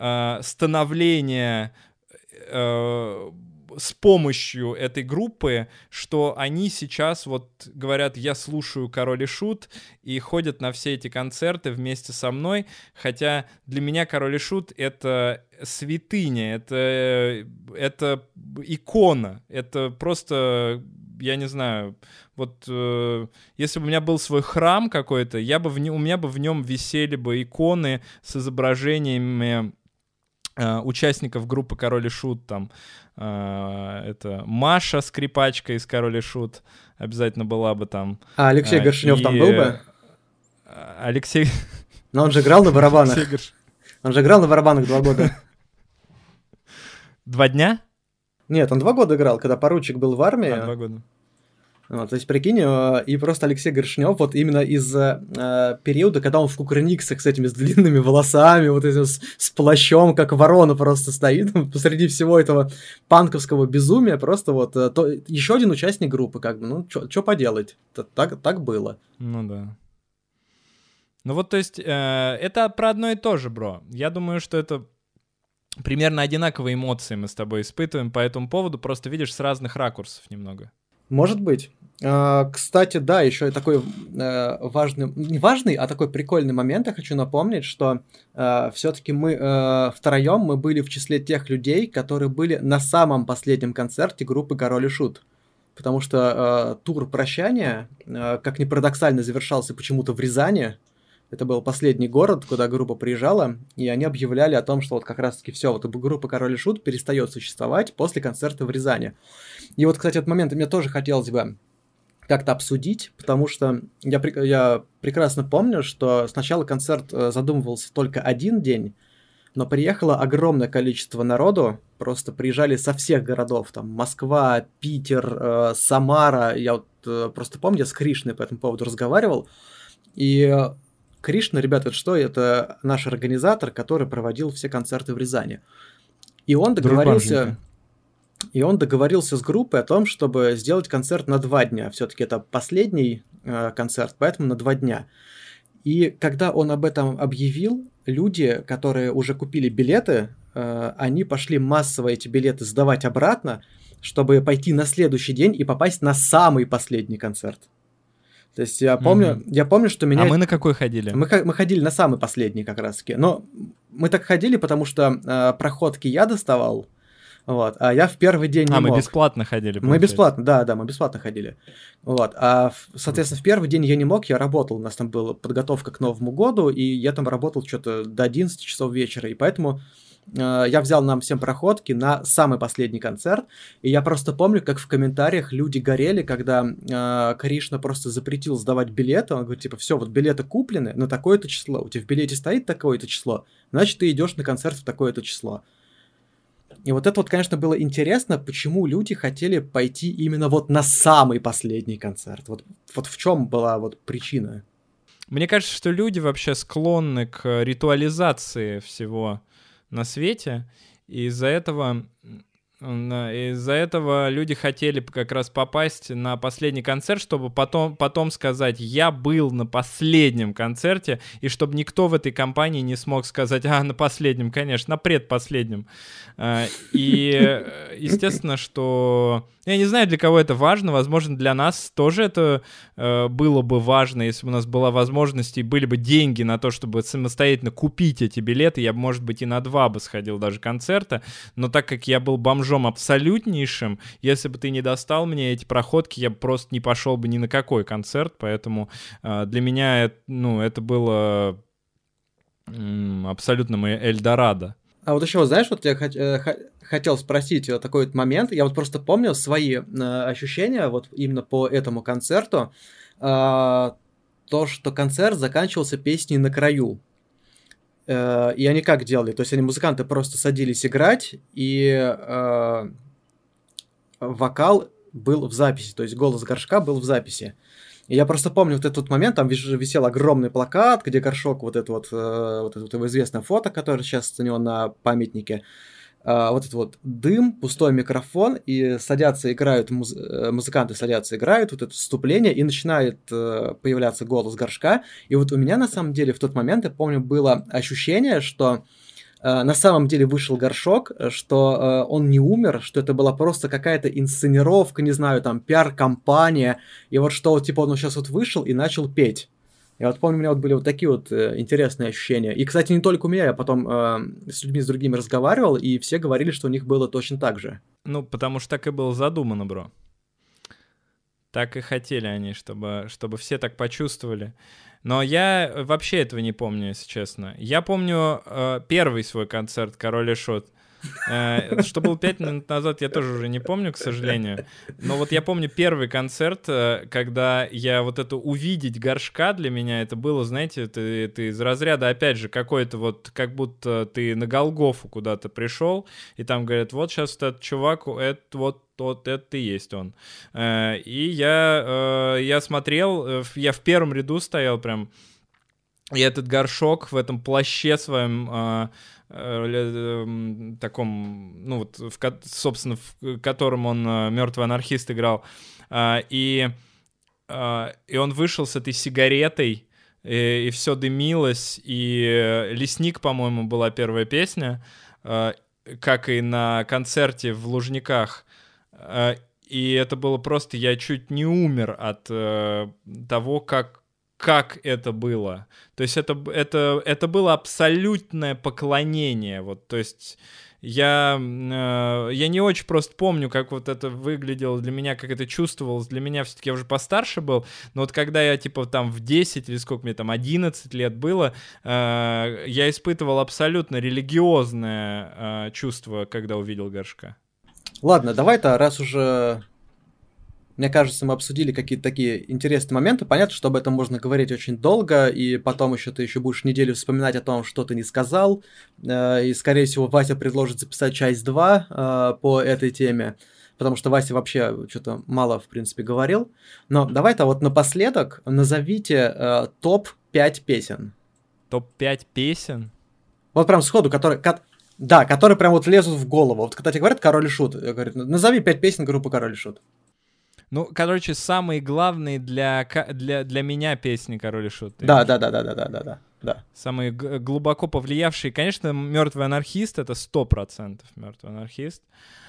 становления с помощью этой группы, что они сейчас вот говорят: я слушаю «Король и Шут», и ходят на все эти концерты вместе со мной, хотя для меня «Король и Шут» — это святыня, это, это икона, это просто, я не знаю, вот э, если бы у меня был свой храм какой-то, я бы в не, у меня бы в нем висели бы иконы с изображениями участников группы «Король и Шут», там э, это Маша, скрипачка из «Король и Шут», обязательно была бы там. А Алексей Горшнев и... там был бы? Алексей... Но он же играл на барабанах. Горш... Он же играл на барабанах два года. Два дня? Нет, он два года играл, когда поручик был в армии. А, два года. Вот, то есть, прикинь, и просто Алексей Горшнев вот именно из э, периода, когда он в кукрыниксах с этими с длинными волосами, вот этим с, с плащом, как ворона просто стоит посреди всего этого панковского безумия, просто вот то, еще один участник группы, как бы, ну, что поделать, так, так было. Ну да. Ну вот, то есть, э, это про одно и то же, бро. Я думаю, что это примерно одинаковые эмоции мы с тобой испытываем по этому поводу, просто видишь с разных ракурсов немного. Может быть. А, Кстати, да, еще и такой э, важный, не важный, а такой прикольный момент я хочу напомнить, что все-таки мы э, втроем мы были в числе тех людей, которые были на самом последнем концерте группы Король и Шут. Потому что э, тур прощания, э, как ни парадоксально, завершался почему-то в Рязани. Это был последний город, куда группа приезжала, и они объявляли о том, что вот как раз-таки все, вот группа Король и Шут перестает существовать после концерта в Рязани. И вот, кстати, этот момент мне тоже хотелось бы как-то обсудить, потому что я, я прекрасно помню, что сначала концерт задумывался только один день, но приехало огромное количество народу, просто приезжали со всех городов, там Москва, Питер, э, Самара, я вот э, просто помню, я с Кришной по этому поводу разговаривал, и Кришна, ребята, это что? Это наш организатор, который проводил все концерты в Рязани. И он договорился... И он договорился с группой о том, чтобы сделать концерт на два дня. Все-таки это последний э, концерт, поэтому на два дня. И когда он об этом объявил, люди, которые уже купили билеты, э, они пошли массово эти билеты сдавать обратно, чтобы пойти на следующий день и попасть на самый последний концерт. То есть я помню, mm-hmm. я помню, что меня... А мы на какой ходили? Мы, мы ходили на самый последний как раз-таки. Но мы так ходили, потому что э, проходки я доставал, вот, а я в первый день не а, мог. А, мы бесплатно ходили, получается. Мы бесплатно, да, да, мы бесплатно ходили. Вот, а, соответственно, в первый день я не мог, я работал, у нас там была подготовка к Новому году, и я там работал что-то до одиннадцати часов вечера, и поэтому э, я взял нам всем проходки на самый последний концерт, и я просто помню, как в комментариях люди горели, когда э, Кришна просто запретил сдавать билеты, он говорит, типа, все, вот билеты куплены на такое-то число, у тебя в билете стоит такое-то число, значит, ты идешь на концерт в такое-то число. И вот это вот, конечно, было интересно, почему люди хотели пойти именно вот на самый последний концерт. Вот, вот в чем была вот причина? Мне кажется, что люди вообще склонны к ритуализации всего на свете, и из-за этого... Из-за этого люди хотели как раз попасть на последний концерт, чтобы потом, потом сказать, я был на последнем концерте, и чтобы никто в этой компании не смог сказать, а, на последнем, конечно, на предпоследнем. И естественно, что... Я не знаю, для кого это важно, возможно, для нас тоже это было бы важно, если бы у нас была возможность и были бы деньги на то, чтобы самостоятельно купить эти билеты, я бы, может быть, и на два бы сходил даже концерта, но так как я был бомжом абсолютнейшим, если бы ты не достал мне эти проходки, я бы просто не пошел бы ни на какой концерт, поэтому э, для меня ну, это было м, абсолютно мое Эльдорадо. А вот еще, знаешь, вот я хот- э, хотел спросить такой вот момент, я вот просто помню свои э, ощущения вот именно по этому концерту, э, то, что концерт заканчивался песней «На краю». И они как делали? То есть они, музыканты, просто садились играть, и э, вокал был в записи, то есть голос Горшка был в записи. И я просто помню вот этот момент, там висел огромный плакат, где Горшок, вот это вот, э, вот это вот его известное фото, которое сейчас у него на памятнике, Uh, вот этот вот дым, пустой микрофон, и садятся, играют, муз... музыканты садятся, играют, вот это вступление, и начинает uh, появляться голос Горшка. И вот у меня, на самом деле, в тот момент, я помню, было ощущение, что uh, на самом деле вышел Горшок, что uh, он не умер, что это была просто какая-то инсценировка, не знаю, там, пиар-компания, и вот что, типа, он сейчас вот вышел и начал петь. Я вот помню, у меня вот были вот такие вот э, интересные ощущения. И, кстати, не только у меня, я потом э, с людьми с другими разговаривал, и все говорили, что у них было точно так же. Ну, потому что так и было задумано, бро. Так и хотели они, чтобы, чтобы все так почувствовали. Но я вообще этого не помню, если честно. Я помню э, первый свой концерт «Король и Шут». Э, что было пять минут назад, я тоже уже не помню, к сожалению. Но вот я помню первый концерт, когда я вот это увидеть Горшка для меня, это было, знаете, это, это из разряда, опять же, какой-то вот, как будто ты на Голгофу куда-то пришел, и там говорят, вот сейчас вот этот чувак, это вот вот это и есть он. И я, я смотрел, я в первом ряду стоял прям, и этот Горшок в этом плаще своем, таком, ну вот, в, собственно, в котором он «Мертвый анархист» играл, и, и он вышел с этой сигаретой, и, и все дымилось, и «Лесник», по-моему, была первая песня, как и на концерте в Лужниках. и это было просто, я чуть не умер от э, того, как, как это было. То есть это, это, это было абсолютное поклонение. Вот, то есть я, э, я не очень просто помню, как вот это выглядело для меня, как это чувствовалось. Для меня все-таки я уже постарше был, но вот когда я типа там в десять или сколько мне там, одиннадцать лет было, э, я испытывал абсолютно религиозное э, чувство, когда увидел Горшка. Ладно, давай-то, раз уже, мне кажется, мы обсудили какие-то такие интересные моменты. Понятно, что об этом можно говорить очень долго, и потом еще ты еще будешь неделю вспоминать о том, что ты не сказал. И, скорее всего, Вася предложит записать часть два по этой теме, потому что Вася вообще что-то мало, в принципе, говорил. Но давай-то вот напоследок назовите топ пять песен. топ пять песен? Вот прям сходу, которые... Да, которые прям вот лезут в голову. Вот когда тебе говорят «Король и Шут», говорят, назови пять песен группы «Король и Шут». Ну, короче, самые главные для, для, для меня песни «Король и Шут». Да, да, да, да, да, да, да, да. Самые г- глубоко повлиявшие. Конечно, «Мертвый анархист» — это сто процентов «Мертвый анархист».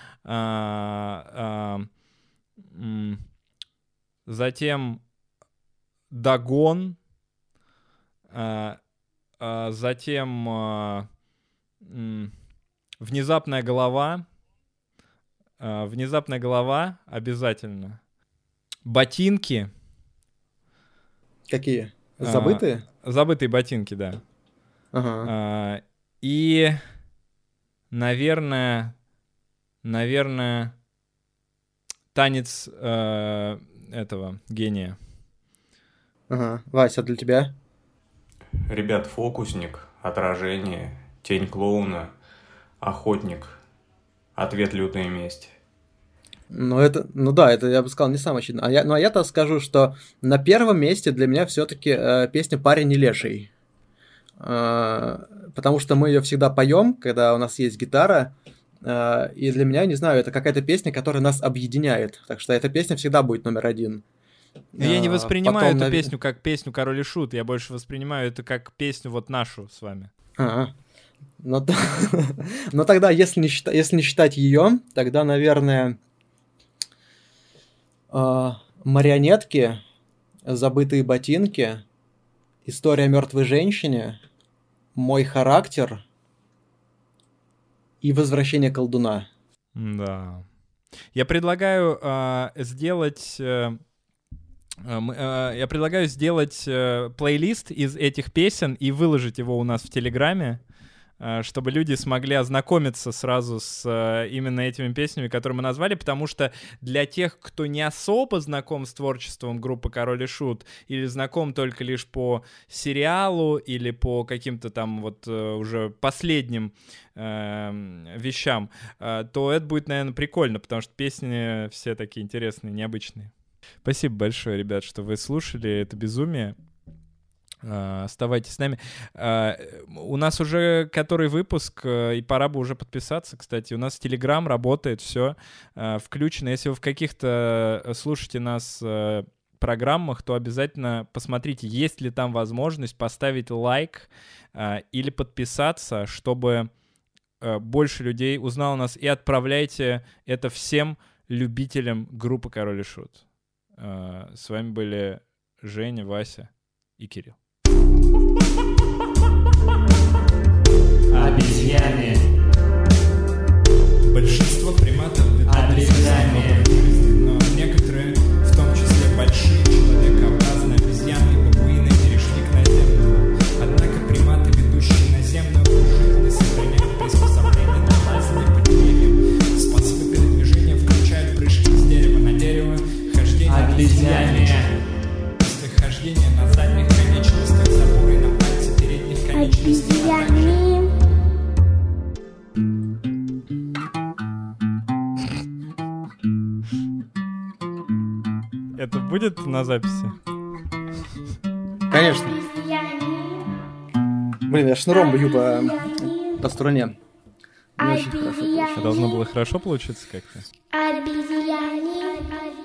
А, а, м- затем «Дагон». А, а, затем а, м- «Внезапная голова». А, «Внезапная голова» обязательно. «Ботинки». Какие? Забытые? А, забытые ботинки, да. Ага. А, и, наверное, наверное, танец э, этого гения. Ага. Вася, для тебя? Ребят, «Фокусник», «Отражение», «Тень клоуна», «Охотник», «Ответ лютая месть». Ну, это, ну да, это я бы сказал не самое очевидное. А я, ну, а я-то скажу, что на первом месте для меня все-таки э, песня «Парень не леший». Э, потому что мы ее всегда поем, когда у нас есть гитара. Э, и для меня, не знаю, это какая-то песня, которая нас объединяет. Так что эта песня всегда будет номер один. Но я не воспринимаю Потом, эту нав... песню как песню «Король и Шут». Я больше воспринимаю это как песню вот нашу с вами. А-а. Но, но тогда, если не, считать, если не считать ее, тогда, наверное, э, «Марионетки», «Забытые ботинки», «История о мертвой женщине», «Мой характер» и «Возвращение колдуна». Да. Я предлагаю э, сделать... Э, э, я предлагаю сделать э, плейлист из этих песен и выложить его у нас в Телеграме, чтобы люди смогли ознакомиться сразу с э, именно этими песнями, которые мы назвали, потому что для тех, кто не особо знаком с творчеством группы «Король и Шут» или знаком только лишь по сериалу или по каким-то там вот э, уже последним э, вещам, э, то это будет, наверное, прикольно, потому что песни все такие интересные, необычные. Спасибо большое, ребят, что вы слушали это безумие. Uh, оставайтесь с нами. Uh, у нас уже который выпуск, uh, и пора бы уже подписаться, кстати. У нас Telegram работает, все uh, включено. Если вы в каких-то слушаете нас uh, программах, то обязательно посмотрите, есть ли там возможность поставить лайк uh, или подписаться, чтобы uh, больше людей узнало нас. И отправляйте это всем любителям группы «Король и Шут». Uh, с вами были Женя, Вася и Кирилл. Обезьяне. Большинство приматов Обезьяне. но некоторые, в том числе большие человекообразные обезьяны, бабуины, перешли к наземному. Однако приматы, ведущие наземную жизнь, сохраняют приспособления для лазания по деревьям. Способы передвижения включают прыжки с дерева на дерево, хождение Обезьяне. хождение на задних конечностях, запоры на пальце передних конечностей. Это будет на записи? Конечно. Блин, я шнуром бью по, по струне. Не очень хорошо получилось. Должно было хорошо получиться как-то? Обезьяне.